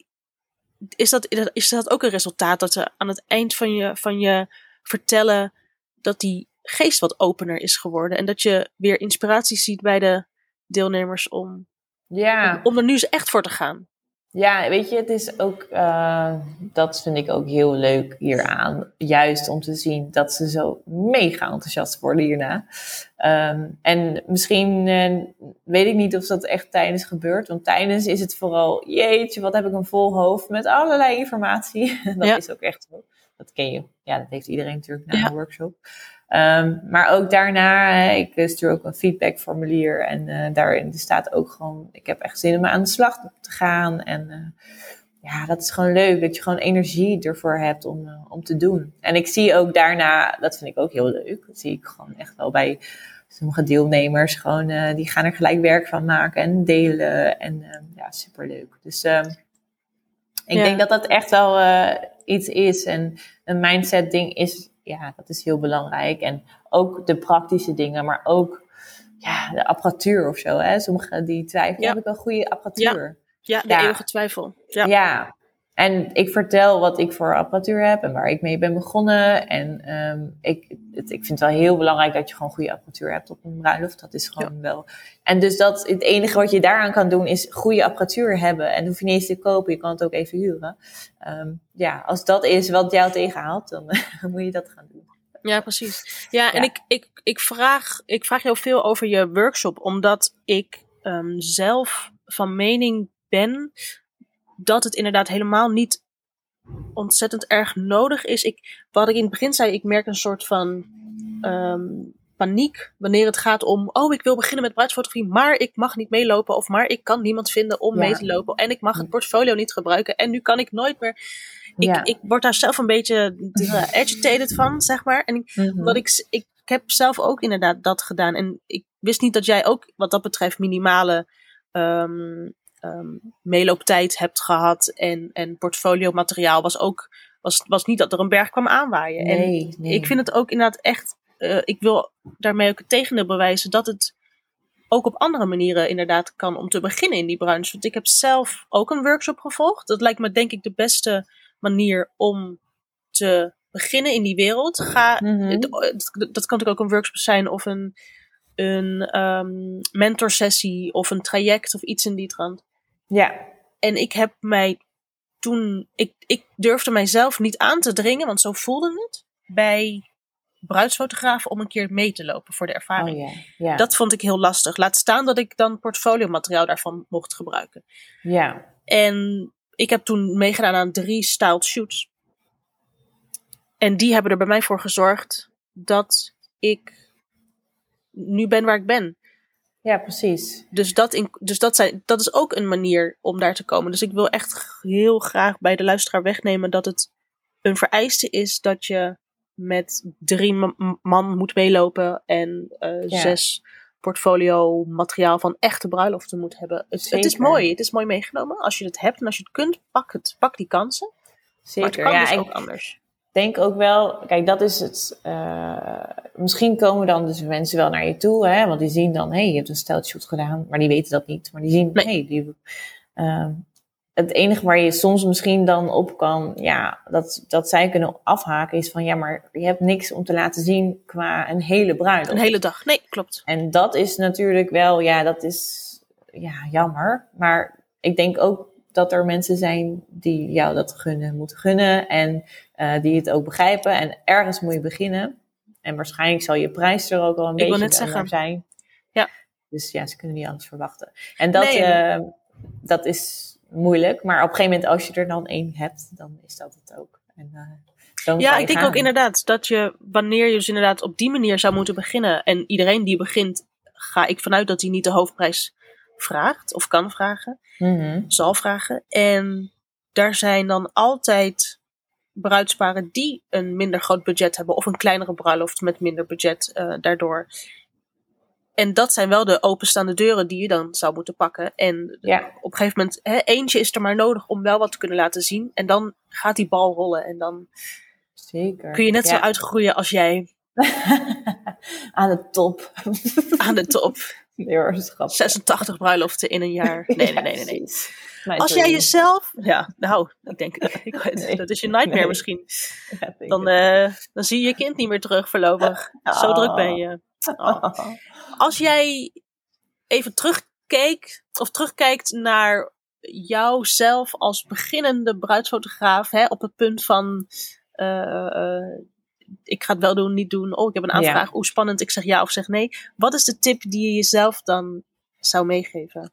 is dat, is dat ook een resultaat dat er aan het eind van je, van je vertellen dat die geest wat opener is geworden en dat je weer inspiratie ziet bij de deelnemers om, ja. om, om er nu eens echt voor te gaan? Ja, weet je, het is ook, uh, dat vind ik ook heel leuk hieraan. Juist om te zien dat ze zo mega enthousiast worden hierna. Um, en misschien uh, weet ik niet of dat echt tijdens gebeurt. Want tijdens is het vooral, jeetje, wat heb ik een vol hoofd met allerlei informatie. dat ja. is ook echt zo. Dat ken je. Ja, dat heeft iedereen natuurlijk na ja. een workshop. Um, maar ook daarna, ik stuur ook een feedbackformulier. En uh, daarin staat ook gewoon, ik heb echt zin om aan de slag te gaan. En uh, ja, dat is gewoon leuk. Dat je gewoon energie ervoor hebt om, uh, om te doen. En ik zie ook daarna, dat vind ik ook heel leuk. Dat zie ik gewoon echt wel bij sommige deelnemers. Gewoon, uh, die gaan er gelijk werk van maken en delen. En uh, ja, superleuk. Dus uh, ik ja. denk dat dat echt wel uh, iets is. En een mindset ding is, ja, dat is heel belangrijk. En ook de praktische dingen, maar ook ja, de apparatuur of zo. Hè? Sommigen die twijfelen, ja. heb ik wel goede apparatuur? Ja, ja de ja. eeuwige twijfel. Ja. ja, en ik vertel wat ik voor apparatuur heb en waar ik mee ben begonnen. En um, ik, het, ik vind het wel heel belangrijk dat je gewoon goede apparatuur hebt op een bruiloft. Dat is gewoon ja. wel. En dus dat, het enige wat je daaraan kan doen is goede apparatuur hebben. En hoef je niet eens te kopen, je kan het ook even huren. Um, ja, als dat is wat jou tegenhaalt, dan moet je dat gaan doen. Ja, precies. Ja, en Ja. ik, ik, ik, vraag, ik vraag jou veel over je workshop, omdat ik um, zelf van mening ben dat het inderdaad helemaal niet ontzettend erg nodig is. Ik, wat ik in het begin zei, ik merk een soort van um, paniek wanneer het gaat om, oh, ik wil beginnen met bruidsfotografie, maar ik mag niet meelopen, of maar ik kan niemand vinden om Ja. mee te lopen, en ik mag het portfolio niet gebruiken, en nu kan ik nooit meer. Ik, Ja. ik word daar zelf een beetje uh, agitated van, zeg maar. En ik, Mm-hmm. omdat ik, ik heb zelf ook inderdaad dat gedaan. En ik wist niet dat jij ook, wat dat betreft, minimale um, um, meelooptijd hebt gehad. En, en portfolio materiaal was ook, was, was niet dat er een berg kwam aanwaaien. Nee, en nee. ik vind het ook inderdaad echt, uh, ik wil daarmee ook het tegendeel bewijzen dat het ook op andere manieren inderdaad kan om te beginnen in die branche. Want ik heb zelf ook een workshop gevolgd. Dat lijkt me denk ik de beste manier om te beginnen in die wereld. Ga, Mm-hmm. dat, dat kan natuurlijk ook een workshop zijn of een, een um, mentorsessie of een traject of iets in die trant. Ja. En ik heb mij toen, ik, ik durfde mijzelf niet aan te dringen, want zo voelde het, bij bruidsfotografen om een keer mee te lopen voor de ervaring. Oh, yeah. Yeah. Dat vond ik heel lastig. Laat staan dat ik dan portfoliomateriaal daarvan mocht gebruiken. Ja. En ik heb toen meegedaan aan drie styled shoots. En die hebben er bij mij voor gezorgd dat ik nu ben waar ik ben. Ja, precies. Dus, dat, in, dus dat, zijn, dat is ook een manier om daar te komen. Dus ik wil echt heel graag bij de luisteraar wegnemen dat het een vereiste is dat je met drie m- man moet meelopen en uh, Ja. zes portfolio materiaal van echte bruiloften moet hebben. Het, het is mooi, het is mooi meegenomen. Als je het hebt en als je het kunt, pak het. Pak die kansen. Zeker. Maar het kan ja, dus ik ook anders. denk ook wel, kijk, dat is het. Uh, misschien komen dan dus mensen wel naar je toe, hè, want die zien dan, hé, hey, je hebt een steltshoot gedaan, maar die weten dat niet. Maar die zien, hé, Nee. hey, die... Uh, het enige waar je soms misschien dan op kan, ja, dat, dat zij kunnen afhaken is van, ja, maar je hebt niks om te laten zien qua een hele bruiloft. Een hele dag, nee, klopt. En dat is natuurlijk wel, ja, dat is, ja, jammer. Maar ik denk ook dat er mensen zijn die jou dat gunnen, moeten gunnen en uh, die het ook begrijpen. En ergens moet je beginnen. En waarschijnlijk zal je prijs er ook wel een ik beetje net naar zijn. Ja. Dus ja, ze kunnen niet alles verwachten. En dat, Nee. uh, dat is moeilijk, maar op een gegeven moment als je er dan één hebt, dan is dat het ook. En, uh, dan ja, kan je ik denk gaan. ook inderdaad dat je, wanneer je dus inderdaad op die manier zou moeten beginnen, en iedereen die begint, ga ik vanuit dat hij niet de hoofdprijs vraagt, of kan vragen, Mm-hmm. zal vragen. En daar zijn dan altijd bruidsparen die een minder groot budget hebben, of een kleinere bruiloft met minder budget uh, daardoor. En dat zijn wel de openstaande deuren die je dan zou moeten pakken. En Ja. op een gegeven moment, hè, eentje is er maar nodig om wel wat te kunnen laten zien. En dan gaat die bal rollen. En dan Zeker. kun je net ja. zo uitgroeien als jij. Aan de top. Aan de top. Heel erg grappig. zesentachtig bruiloften in een jaar. Nee, nee, nee, nee. nee. Ja, als jij jezelf... Ja, nou, ik denk, ik weet, nee. dat is je nightmare nee. misschien. Ja, dan, uh, dan zie je je kind niet meer terug voorlopig. Oh. Zo druk ben je. Oh. Als jij even terugkeek, of terugkijkt naar jouzelf als beginnende bruidsfotograaf, hè, op het punt van uh, uh, ik ga het wel doen, niet doen, oh ik heb een aanvraag, ja. Hoe spannend, ik zeg ja of zeg nee. Wat is de tip die je jezelf dan zou meegeven?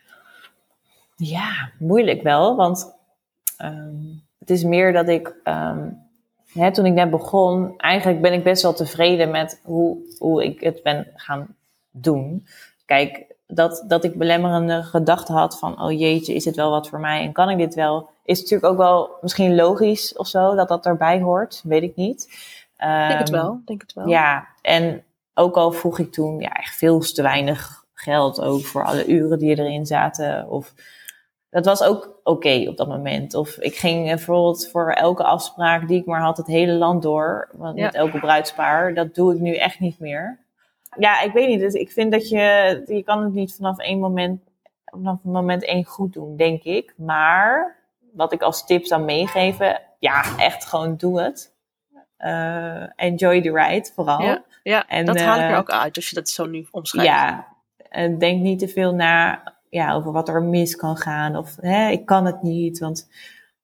Ja, moeilijk wel, want um, het is meer dat ik um, Hè, toen ik net begon, eigenlijk ben ik best wel tevreden met hoe, hoe ik het ben gaan doen. Kijk, dat, dat ik belemmerende gedachten had van, oh jeetje, is dit wel wat voor mij en kan ik dit wel? Is natuurlijk ook wel misschien logisch of zo, dat dat erbij hoort, weet ik niet. Um, denk het wel, denk het wel. Ja, en ook al vroeg ik toen ja, echt veel te weinig geld ook voor alle uren die erin zaten, of... Dat was ook oké okay op dat moment. Of ik ging bijvoorbeeld voor elke afspraak die ik maar had het hele land door. Want ja. Met elke bruidspaar. Dat doe ik nu echt niet meer. Ja, ik weet niet. Dus ik vind dat je... Je kan het niet vanaf één moment... Vanaf moment één goed doen, denk ik. Maar wat ik als tip zou meegeven... Ja, echt gewoon doe het. Uh, enjoy the ride, vooral. Ja, ja en, dat haal ik er uh, ook uit als je dat zo nu omschrijft. Ja, en denk niet te veel na... Ja, over wat er mis kan gaan. Of hè, ik kan het niet. Want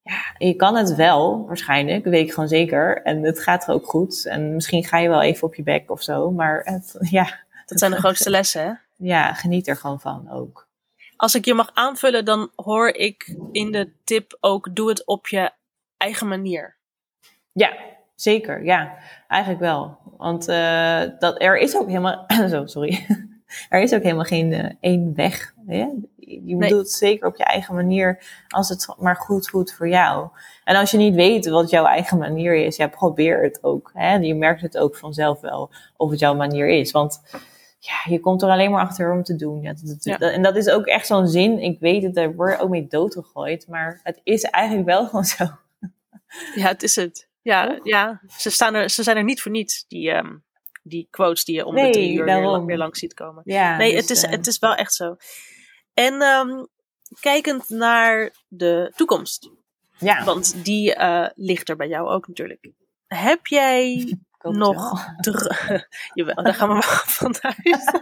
ja, je kan het wel, waarschijnlijk, dat weet ik gewoon zeker. En het gaat er ook goed. En misschien ga je wel even op je bek of zo. Maar het, ja. Dat zijn de grootste lessen, hè? Ja, geniet er gewoon van ook. Als ik je mag aanvullen, dan hoor ik in de tip ook, doe het op je eigen manier. Ja, zeker. Ja, eigenlijk wel. Want uh, dat, er is ook helemaal... zo, sorry. Er is ook helemaal geen uh, één weg. Hè? Je nee. doet het zeker op je eigen manier, als het maar goed voelt voor jou. En als je niet weet wat jouw eigen manier is, ja, probeer het ook. Hè? Je merkt het ook vanzelf wel of het jouw manier is. Want ja, je komt er alleen maar achter om te doen. Ja, dat, ja. Dat, en dat is ook echt zo'n zin. Ik weet het, daar word je ook mee doodgegooid. Maar het is eigenlijk wel gewoon zo. Ja, het is het. Ja, ja. Ze, staan er, ze zijn er niet voor niets, die, um, die quotes die je om nee, de drie uur weer, weer langs ziet komen. Ja, nee, dus, het, is, uh... het is wel echt zo. En um, kijkend naar de toekomst. Ja. Want die uh, ligt er bij jou ook natuurlijk. Heb jij nog... Dr- Jawel, daar gaan we wel vanuit.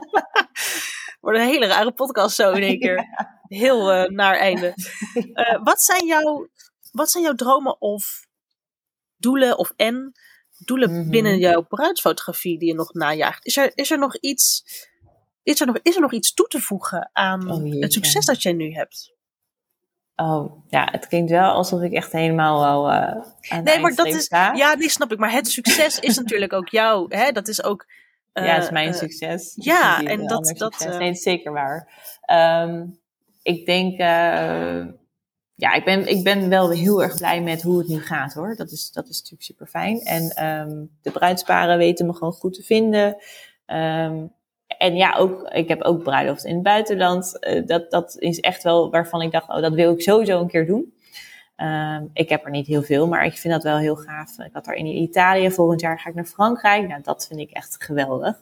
Wordt een hele rare podcast zo in één keer. Ja. Heel uh, naar einde. Uh, wat, zijn jouw, wat zijn jouw dromen of doelen of en doelen mm-hmm. binnen jouw bruidsfotografie die je nog najaagt? Is er, is er nog iets... Is er nog, is er nog iets toe te voegen aan oh, het succes dat jij nu hebt? Oh, ja, het klinkt wel alsof ik echt helemaal wel uh, aan nee, maar dat is, sta. Ja, die snap ik. Maar het succes is natuurlijk ook jou. Hè? Dat is ook... Uh, ja, het is mijn uh, succes. Ja, en uh, dat... dat uh, nee, het is zeker waar. Um, ik denk... Uh, ja, ik ben, ik ben wel heel erg blij met hoe het nu gaat, hoor. Dat is, dat is natuurlijk super fijn. En um, de bruidsparen weten me gewoon goed te vinden. Um, En ja, ook, ik heb ook bruiloft in het buitenland. Uh, dat, dat is echt wel waarvan ik dacht, oh, dat wil ik sowieso een keer doen. Um, ik heb er niet heel veel, maar ik vind dat wel heel gaaf. Ik had er in Italië, volgend jaar ga ik naar Frankrijk. Nou, dat vind ik echt geweldig.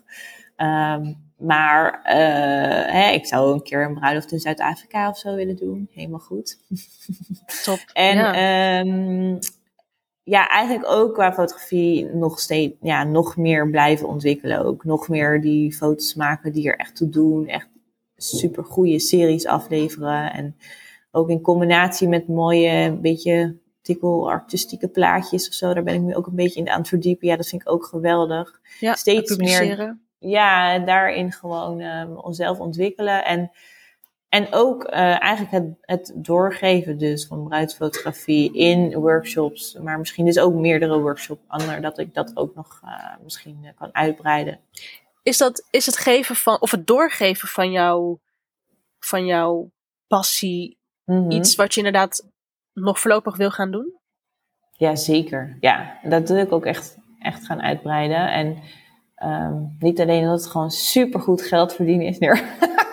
Um, maar uh, hè, ik zou een keer een bruiloft in Zuid-Afrika of zo willen doen. Helemaal goed. Top. En ja. Um, ja, eigenlijk ook qua fotografie nog steeds, ja, nog meer blijven ontwikkelen ook. Nog meer die foto's maken die er echt toe doen. Echt super goede series afleveren. En ook in combinatie met mooie, een beetje tikkel artistieke plaatjes of zo. Daar ben ik nu ook een beetje in aan het verdiepen. Ja, dat vind ik ook geweldig. Ja, steeds meer. Ja, daarin gewoon uh, onszelf ontwikkelen. En En ook uh, eigenlijk het, het doorgeven dus van bruidsfotografie in workshops. Maar misschien dus ook meerdere workshops. Ander, dat ik dat ook nog uh, misschien uh, kan uitbreiden. Is, dat, is het geven van, of het doorgeven van, jou, van jouw passie mm-hmm. iets wat je inderdaad nog voorlopig wil gaan doen? Ja, zeker. Ja, dat wil ik ook echt, echt gaan uitbreiden. En um, niet alleen dat het gewoon supergoed geld verdienen is. Nee.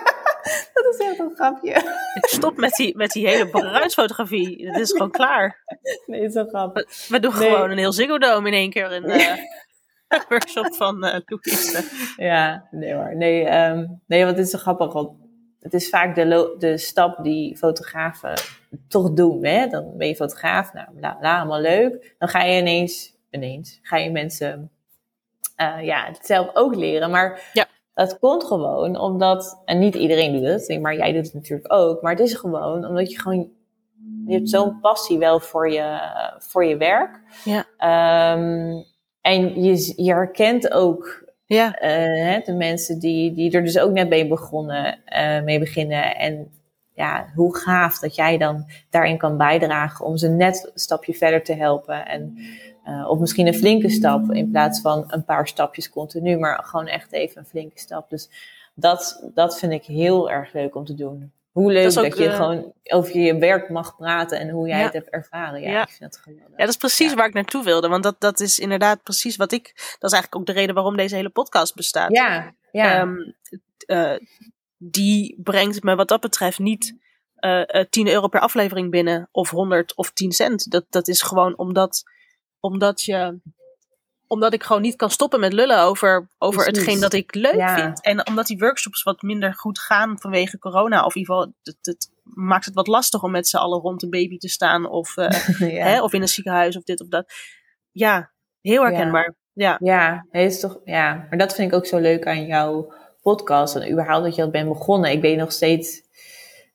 Dat is echt een grapje. Stop met die, met die hele bruidsfotografie. Het is gewoon klaar. Nee, het is een grap. We, we doen nee. gewoon een heel Ziggo Dome in één keer. Een uh, workshop van uh, Louise. Ja, nee hoor. Nee, um, nee, want het is zo grappig. Want het is vaak de, lo- de stap die fotografen toch doen. Hè? Dan ben je fotograaf. Nou, la, la, allemaal leuk. Dan ga je ineens, ineens, ga je mensen uh, ja, het zelf ook leren. Maar... Ja. Dat komt gewoon omdat, en niet iedereen doet het, maar jij doet het natuurlijk ook. Maar het is gewoon omdat je gewoon, je hebt zo'n passie wel voor je, voor je werk. Ja. Um, en je, je herkent ook ja. uh, de mensen die, die er dus ook net mee begonnen, uh, mee beginnen. En ja, hoe gaaf dat jij dan daarin kan bijdragen om ze net een stapje verder te helpen. En Uh, of misschien een flinke stap in plaats van een paar stapjes continu, maar gewoon echt even een flinke stap. Dus dat, dat vind ik heel erg leuk om te doen. Hoe leuk dat, dat ook, je uh, gewoon over je werk mag praten en hoe jij ja. het hebt ervaren. Ja, ja. Ik vind dat geweldig. Ja, dat is precies ja. waar ik naartoe wilde, want dat, dat is inderdaad precies wat ik... Dat is eigenlijk ook de reden waarom deze hele podcast bestaat. Ja, ja. Um, uh, die brengt me wat dat betreft niet uh, uh, tien euro per aflevering binnen of honderd of tien cent. Dat, dat is gewoon omdat... Omdat, je, omdat ik gewoon niet kan stoppen met lullen over, over hetgeen dat ik leuk ja. vind. En omdat die workshops wat minder goed gaan vanwege corona. Of in ieder geval, het, het maakt het wat lastig om met z'n allen rond een baby te staan. Of, uh, ja. hè, of in een ziekenhuis of dit of dat. Ja, heel herkenbaar. Ja, ja, ja, is toch, ja. Maar dat vind ik ook zo leuk aan jouw podcast. En überhaupt dat je dat bent begonnen. Ik weet nog steeds...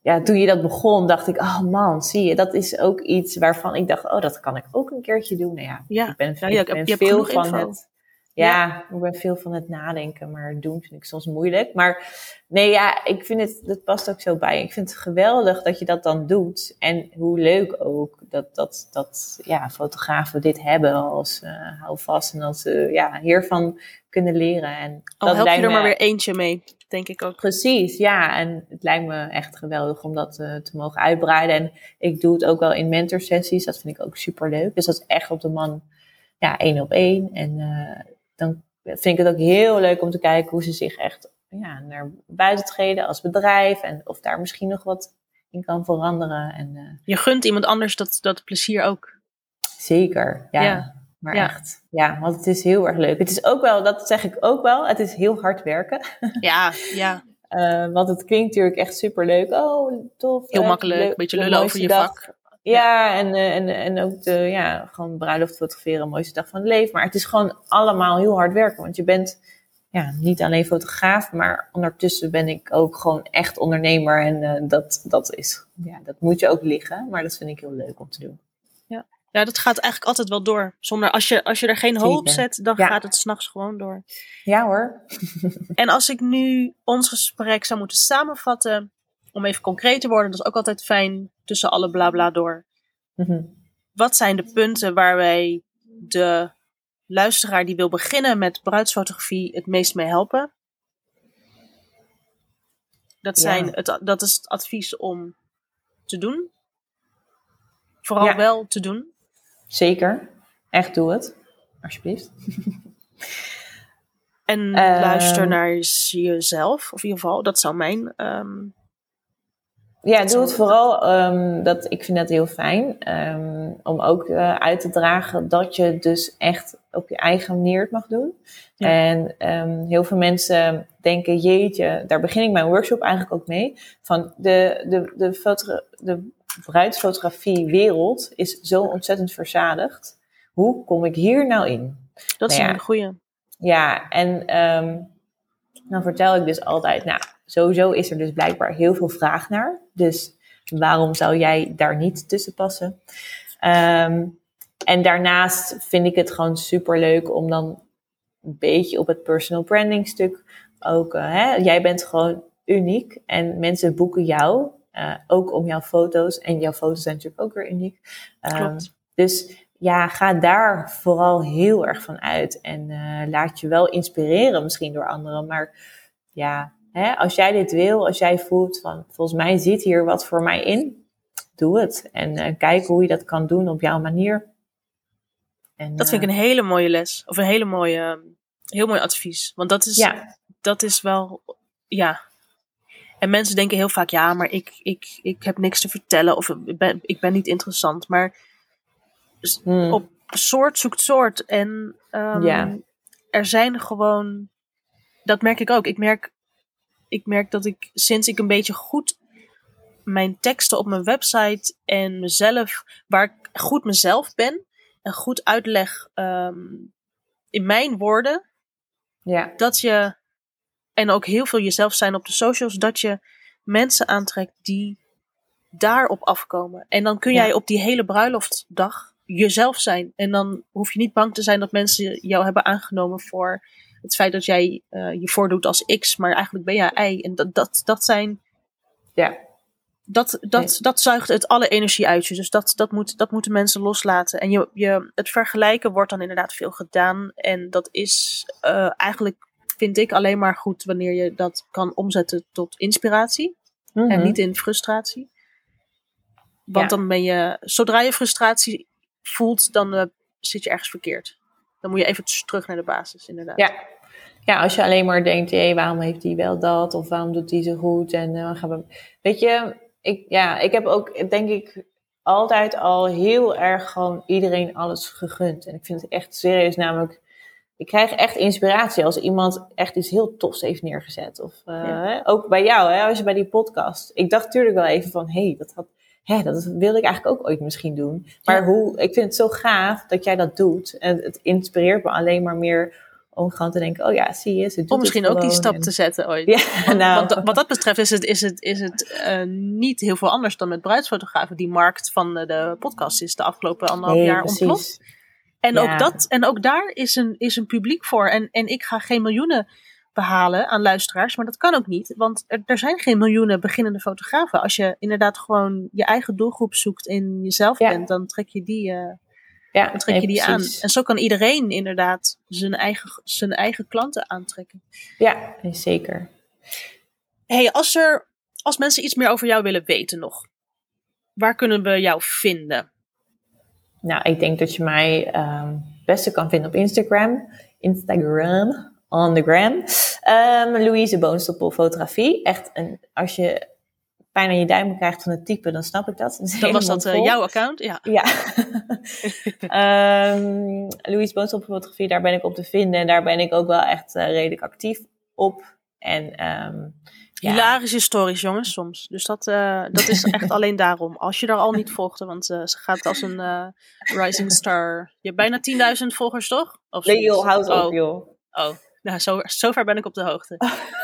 ja, toen je dat begon, dacht ik, oh man, zie je, dat is ook iets waarvan ik dacht, oh, dat kan ik ook een keertje doen. Nou ja, Ja. ik ben, Ja, ja, ik ben je hebt veel genoeg van info. het... Ja, ik ben veel van het nadenken, maar doen vind ik soms moeilijk. Maar nee, ja, ik vind het, dat past ook zo bij. Ik vind het geweldig dat je dat dan doet. En hoe leuk ook dat, dat, dat ja, fotografen dit hebben als uh, houvast. En dat ze ja, hiervan kunnen leren. En Al dat help je er me, maar weer eentje mee, denk ik ook. Precies, ja. En het lijkt me echt geweldig om dat uh, te mogen uitbreiden. En ik doe het ook wel in mentorsessies. Dat vind ik ook superleuk. Dus dat is echt op de man, ja, één op één. En uh, dan vind ik het ook heel leuk om te kijken hoe ze zich echt ja, naar buiten treden als bedrijf. En of daar misschien nog wat in kan veranderen. En, uh, je gunt iemand anders dat, dat plezier ook. Zeker, ja. ja. Maar ja. echt, ja, want het is heel erg leuk. Het is ook wel, dat zeg ik ook wel, het is heel hard werken. Ja, ja. Uh, want het klinkt natuurlijk echt superleuk. Oh, tof. Heel makkelijk, een beetje lullen over je dag. vak. Ja, ja. En, en, en ook de, ja, gewoon bruiloft fotograferen, mooiste dag van het leven. Maar het is gewoon allemaal heel hard werken. Want je bent ja, niet alleen fotograaf, maar ondertussen ben ik ook gewoon echt ondernemer. En uh, dat, dat, is, ja, dat moet je ook liggen. Maar dat vind ik heel leuk om te doen. Ja, ja dat gaat eigenlijk altijd wel door. Zonder, als, je, als je er geen hoop op zet, dan ja. gaat het 's nachts gewoon door. Ja hoor. En als ik nu ons gesprek zou moeten samenvatten, om even concreet te worden, dat is ook altijd fijn tussen alle blabla door. Mm-hmm. Wat zijn de punten waar wij de luisteraar die wil beginnen met bruidsfotografie het meest mee helpen? Dat, zijn ja. het, dat is het advies om te doen. Vooral ja. wel te doen. Zeker. Echt doe het. Alsjeblieft. En uh, luister naar jezelf. Of in ieder geval, dat zou mijn... Um, ja, doe het vooral. Um, dat, ik vind dat heel fijn. Um, om ook uh, uit te dragen dat je dus echt op je eigen manier het mag doen. Ja. En um, heel veel mensen denken, jeetje, daar begin ik mijn workshop eigenlijk ook mee. Van de, de, de, foto, de bruidsfotografie-wereld is zo ontzettend verzadigd. Hoe kom ik hier nou in? Dat is nou ja, een goeie. Ja, en um, dan vertel ik dus altijd, nou, sowieso is er dus blijkbaar heel veel vraag naar. Dus waarom zou jij daar niet tussen passen? Um, en daarnaast vind ik het gewoon superleuk om dan een beetje op het personal branding stuk ook, uh, hè, jij bent gewoon uniek en mensen boeken jou, uh, ook om jouw foto's. En jouw foto's zijn natuurlijk ook weer uniek. Um, Klopt. Dus ja, ga daar vooral heel erg van uit. En uh, laat je wel inspireren misschien door anderen. Maar ja, hè, als jij dit wil, als jij voelt van volgens mij zit hier wat voor mij in, doe het. En uh, kijk hoe je dat kan doen op jouw manier. En, dat vind ik een hele mooie les. Of een hele mooie, heel mooi advies. Want dat is, ja. dat is wel, ja. En mensen denken heel vaak, ja, maar ik, ik, ik heb niks te vertellen. Of ik ben, ik ben niet interessant. Maar hmm. op soort zoekt soort. En um, ja. er zijn gewoon, dat merk ik ook. Ik merk, ik merk dat ik sinds ik een beetje goed mijn teksten op mijn website en mezelf, waar ik goed mezelf ben en goed uitleg um, in mijn woorden, ja. dat je, en ook heel veel jezelf zijn op de socials, dat je mensen aantrekt die daarop afkomen. En dan kun jij ja. op die hele bruiloftdag jezelf zijn. En dan hoef je niet bang te zijn dat mensen jou hebben aangenomen voor het feit dat jij uh, je voordoet als X, maar eigenlijk ben jij Y. En dat, dat, dat zijn... Ja. Dat, dat, nee. dat zuigt het alle energie uit je. Dus dat, dat, moet, dat moeten mensen loslaten. En je, je, het vergelijken wordt dan inderdaad veel gedaan. En dat is uh, eigenlijk, vind ik, alleen maar goed wanneer je dat kan omzetten tot inspiratie. Mm-hmm. En niet in frustratie. Want ja. dan ben je, zodra je frustratie voelt, dan uh, zit je ergens verkeerd. Dan moet je even terug naar de basis, inderdaad. Ja, ja als je alleen maar denkt, hé, waarom heeft hij wel dat? Of waarom doet hij zo goed? En uh, gaan we... Weet je, ik, ja, ik heb ook, denk ik, altijd al heel erg gewoon iedereen alles gegund. En ik vind het echt serieus, namelijk, ik krijg echt inspiratie als iemand echt iets heel tofs heeft neergezet. Of uh, ja. hè, ook bij jou, hè, als je bij die podcast. Ik dacht natuurlijk wel even van, hé, hey, dat had... Hé, dat wilde ik eigenlijk ook ooit misschien doen. Maar ja. hoe, ik vind het zo gaaf dat jij dat doet. En het inspireert me alleen maar meer Om gewoon te denken, oh ja, zie je, ze doet Om misschien het ook die stap en... te zetten ooit. Ja, nou. Want wat dat betreft is het, is het, is het uh, niet heel veel anders dan met bruidsfotografen. Die markt van de podcast is de afgelopen anderhalf nee, jaar precies. ontploft. En, ja. ook dat, en ook daar is een, is een publiek voor. En, en ik ga geen miljoenen behalen aan luisteraars, maar dat kan ook niet. Want er, er zijn geen miljoenen beginnende fotografen. Als je inderdaad gewoon je eigen doelgroep zoekt en jezelf ja. bent, dan trek je die... Uh, Ja, dan trek je die aan. En zo kan iedereen inderdaad zijn eigen, zijn eigen klanten aantrekken. Ja, zeker. Hey, als, er, als mensen iets meer over jou willen weten nog, waar kunnen we jou vinden? Nou, ik denk dat je mij um, het beste kan vinden op Instagram. Instagram, on the gram. Um, Louise Boonstoppel Fotografie. Echt, een, als je... pijn aan je duimen krijgt van het typen, dan snap ik dat. Dan was dat uh, jouw account, ja. Ja. um, Louise Boonstoppel Fotografie, daar ben ik op te vinden. En daar ben ik ook wel echt uh, redelijk actief op. En, um, ja. Hilarische stories, jongens, soms. Dus dat, uh, dat is echt alleen daarom. Als je daar al niet volgde, want uh, ze gaat als een uh, rising star. Je hebt bijna tienduizend volgers, toch? Of nee joh, houd oh. op joh. Oh, nou, zo, zover ben ik op de hoogte.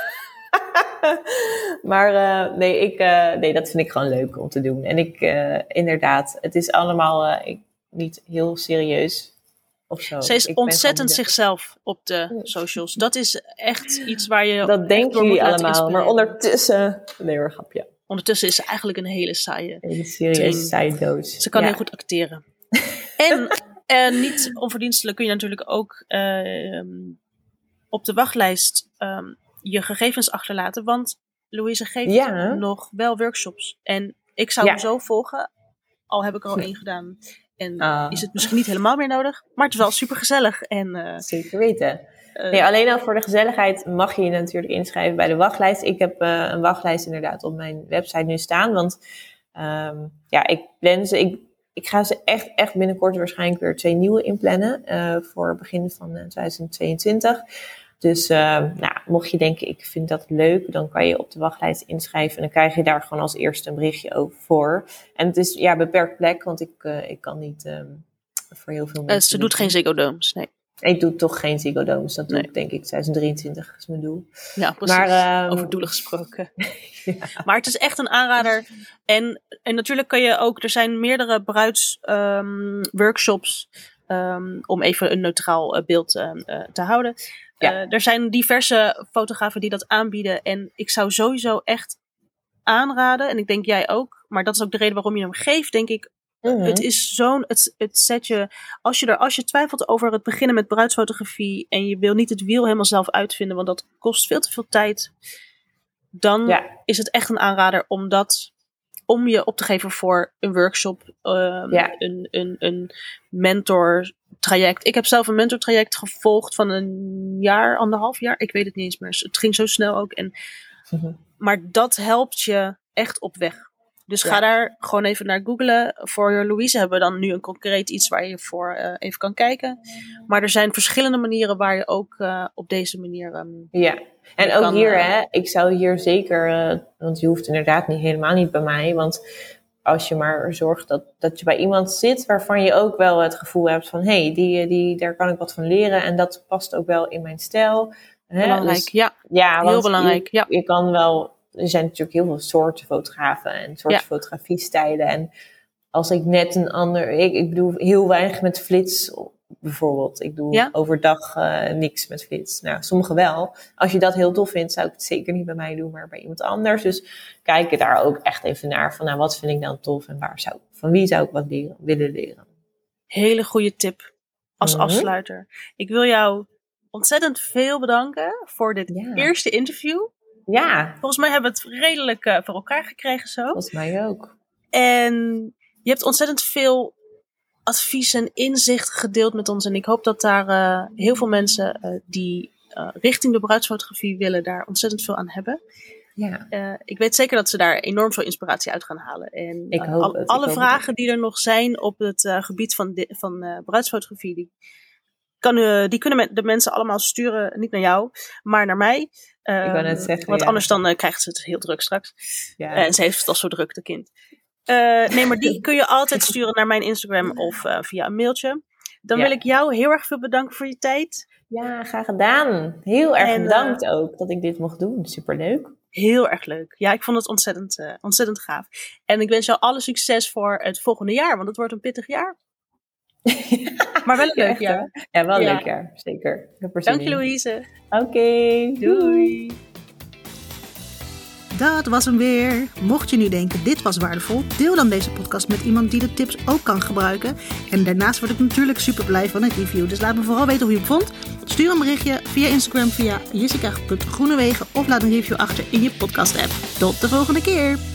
Maar uh, nee, ik, uh, nee, dat vind ik gewoon leuk om te doen. En ik, uh, inderdaad, het is allemaal uh, ik, niet heel serieus of zo. Ze is ik ontzettend zichzelf op de socials. Dat is echt iets waar je... Dat denken jullie allemaal, maar ondertussen... Nee hoor, grapje. Ondertussen is ze eigenlijk een hele saaie... Een hele serieuze saaie-doos. Ze kan ja. heel goed acteren. En uh, niet onverdienstelijk kun je natuurlijk ook uh, um, op de wachtlijst... Um, je gegevens achterlaten, want Louise geeft ja. nog wel workshops. En ik zou ja. hem zo volgen, al heb ik er al één gedaan. En uh. is het misschien niet helemaal meer nodig, maar het is wel super gezellig. En, uh, Zeker weten. Uh, nee, alleen al voor de gezelligheid mag je je natuurlijk inschrijven bij de wachtlijst. Ik heb uh, een wachtlijst inderdaad op mijn website nu staan, want um, ja, ik plan ze, ik, ik ga ze echt, echt binnenkort waarschijnlijk weer twee nieuwe inplannen, uh, voor begin van uh, twintig tweeëntwintig. Dus uh, nou, mocht je denken, ik vind dat leuk, dan kan je op de wachtlijst inschrijven. En dan krijg je daar gewoon als eerste een berichtje over voor. En het is ja beperkt plek, want ik, uh, ik kan niet um, voor heel veel mensen... Uh, ze doet geen Ziggo Domes, nee. Ik doe toch geen Ziggo Domes. Dat doe nee. ik denk ik twintig drieëntwintig is mijn doel. Ja, precies. Maar, um, over doelen gesproken. ja. Maar het is echt een aanrader. En, en natuurlijk kan je ook... Er zijn meerdere bruidsworkshops... Um, um, om even een neutraal uh, beeld uh, uh, te houden... Ja. Uh, er zijn diverse fotografen die dat aanbieden. En ik zou sowieso echt aanraden. En ik denk jij ook. Maar dat is ook de reden waarom je hem geeft, denk ik. Mm-hmm. Het is zo'n... Het, het zet je... Als je, er, als je twijfelt over het beginnen met bruidsfotografie. En je wil niet het wiel helemaal zelf uitvinden. Want dat kost veel te veel tijd. Dan ja. is het echt een aanrader om dat... Om je op te geven voor een workshop. Um, ja. Een, een, een mentor... traject. Ik heb zelf een mentortraject gevolgd van een jaar, anderhalf jaar. Ik weet het niet eens meer. Het ging zo snel ook. En, mm-hmm. Maar dat helpt je echt op weg. Dus ja. ga daar gewoon even naar googlen. Voor Louise hebben we dan nu een concreet iets waar je voor uh, even kan kijken. Maar er zijn verschillende manieren waar je ook uh, op deze manier... Um, ja, en ook kan, hier, uh, hè. Ik zou hier zeker... Uh, want je hoeft inderdaad niet helemaal niet bij mij. Want... Als je maar zorgt dat, dat je bij iemand zit waarvan je ook wel het gevoel hebt van... hé, hey, die, die, daar kan ik wat van leren en dat past ook wel in mijn stijl. Hè? Belangrijk, dus, ja. ja. Heel belangrijk, je, ja. Je kan wel... Er zijn natuurlijk heel veel soorten fotografen en soorten ja. fotografiestijlen. En als ik net een ander... Ik, ik bedoel heel weinig met flits bijvoorbeeld. Ik doe ja? overdag uh, niks met flits. Nou, sommigen wel. Als je dat heel tof vindt, zou ik het zeker niet bij mij doen, maar bij iemand anders. Dus kijk daar ook echt even naar van, nou, wat vind ik dan tof en waar zou, van wie zou ik wat leren, willen leren. Hele goede tip als mm-hmm. afsluiter. Ik wil jou ontzettend veel bedanken voor dit ja. eerste interview. Ja. Volgens mij hebben we het redelijk uh, voor elkaar gekregen zo. Volgens mij ook. En je hebt ontzettend veel advies en inzicht gedeeld met ons. En ik hoop dat daar uh, heel veel mensen uh, die uh, richting de bruidsfotografie willen, daar ontzettend veel aan hebben. Ja. Uh, ik weet zeker dat ze daar enorm veel inspiratie uit gaan halen. En ik hoop uh, al, het, alle ik vragen het. die er nog zijn op het uh, gebied van, di- van uh, bruidsfotografie, die, kan, uh, die kunnen de mensen allemaal sturen. Niet naar jou, maar naar mij. Uh, ik wou net zeggen, want ja. anders dan uh, krijgt ze het heel druk straks. Ja. Uh, en ze heeft het al zo druk, de kind. Uh, nee, maar die kun je altijd sturen naar mijn Instagram of uh, via een mailtje. Dan ja. wil ik jou heel erg veel bedanken voor je tijd. Ja, graag gedaan. Heel erg En, bedankt uh, ook dat ik dit mocht doen. Superleuk. Heel erg leuk. Ja, ik vond het ontzettend, uh, ontzettend gaaf. En ik wens jou alle succes voor het volgende jaar, want het wordt een pittig jaar. Maar wel een leuk ja, jaar. Ja, wel een ja. leuk jaar. Zeker. Dank je, Louise. Oké. Okay, doei. Dat was hem weer. Mocht je nu denken, dit was waardevol, deel dan deze podcast met iemand die de tips ook kan gebruiken. En daarnaast word ik natuurlijk super blij van een review. Dus laat me vooral weten hoe je het vond. Stuur een berichtje via Instagram via jessica punt groenewegen of laat een review achter in je podcast app. Tot de volgende keer.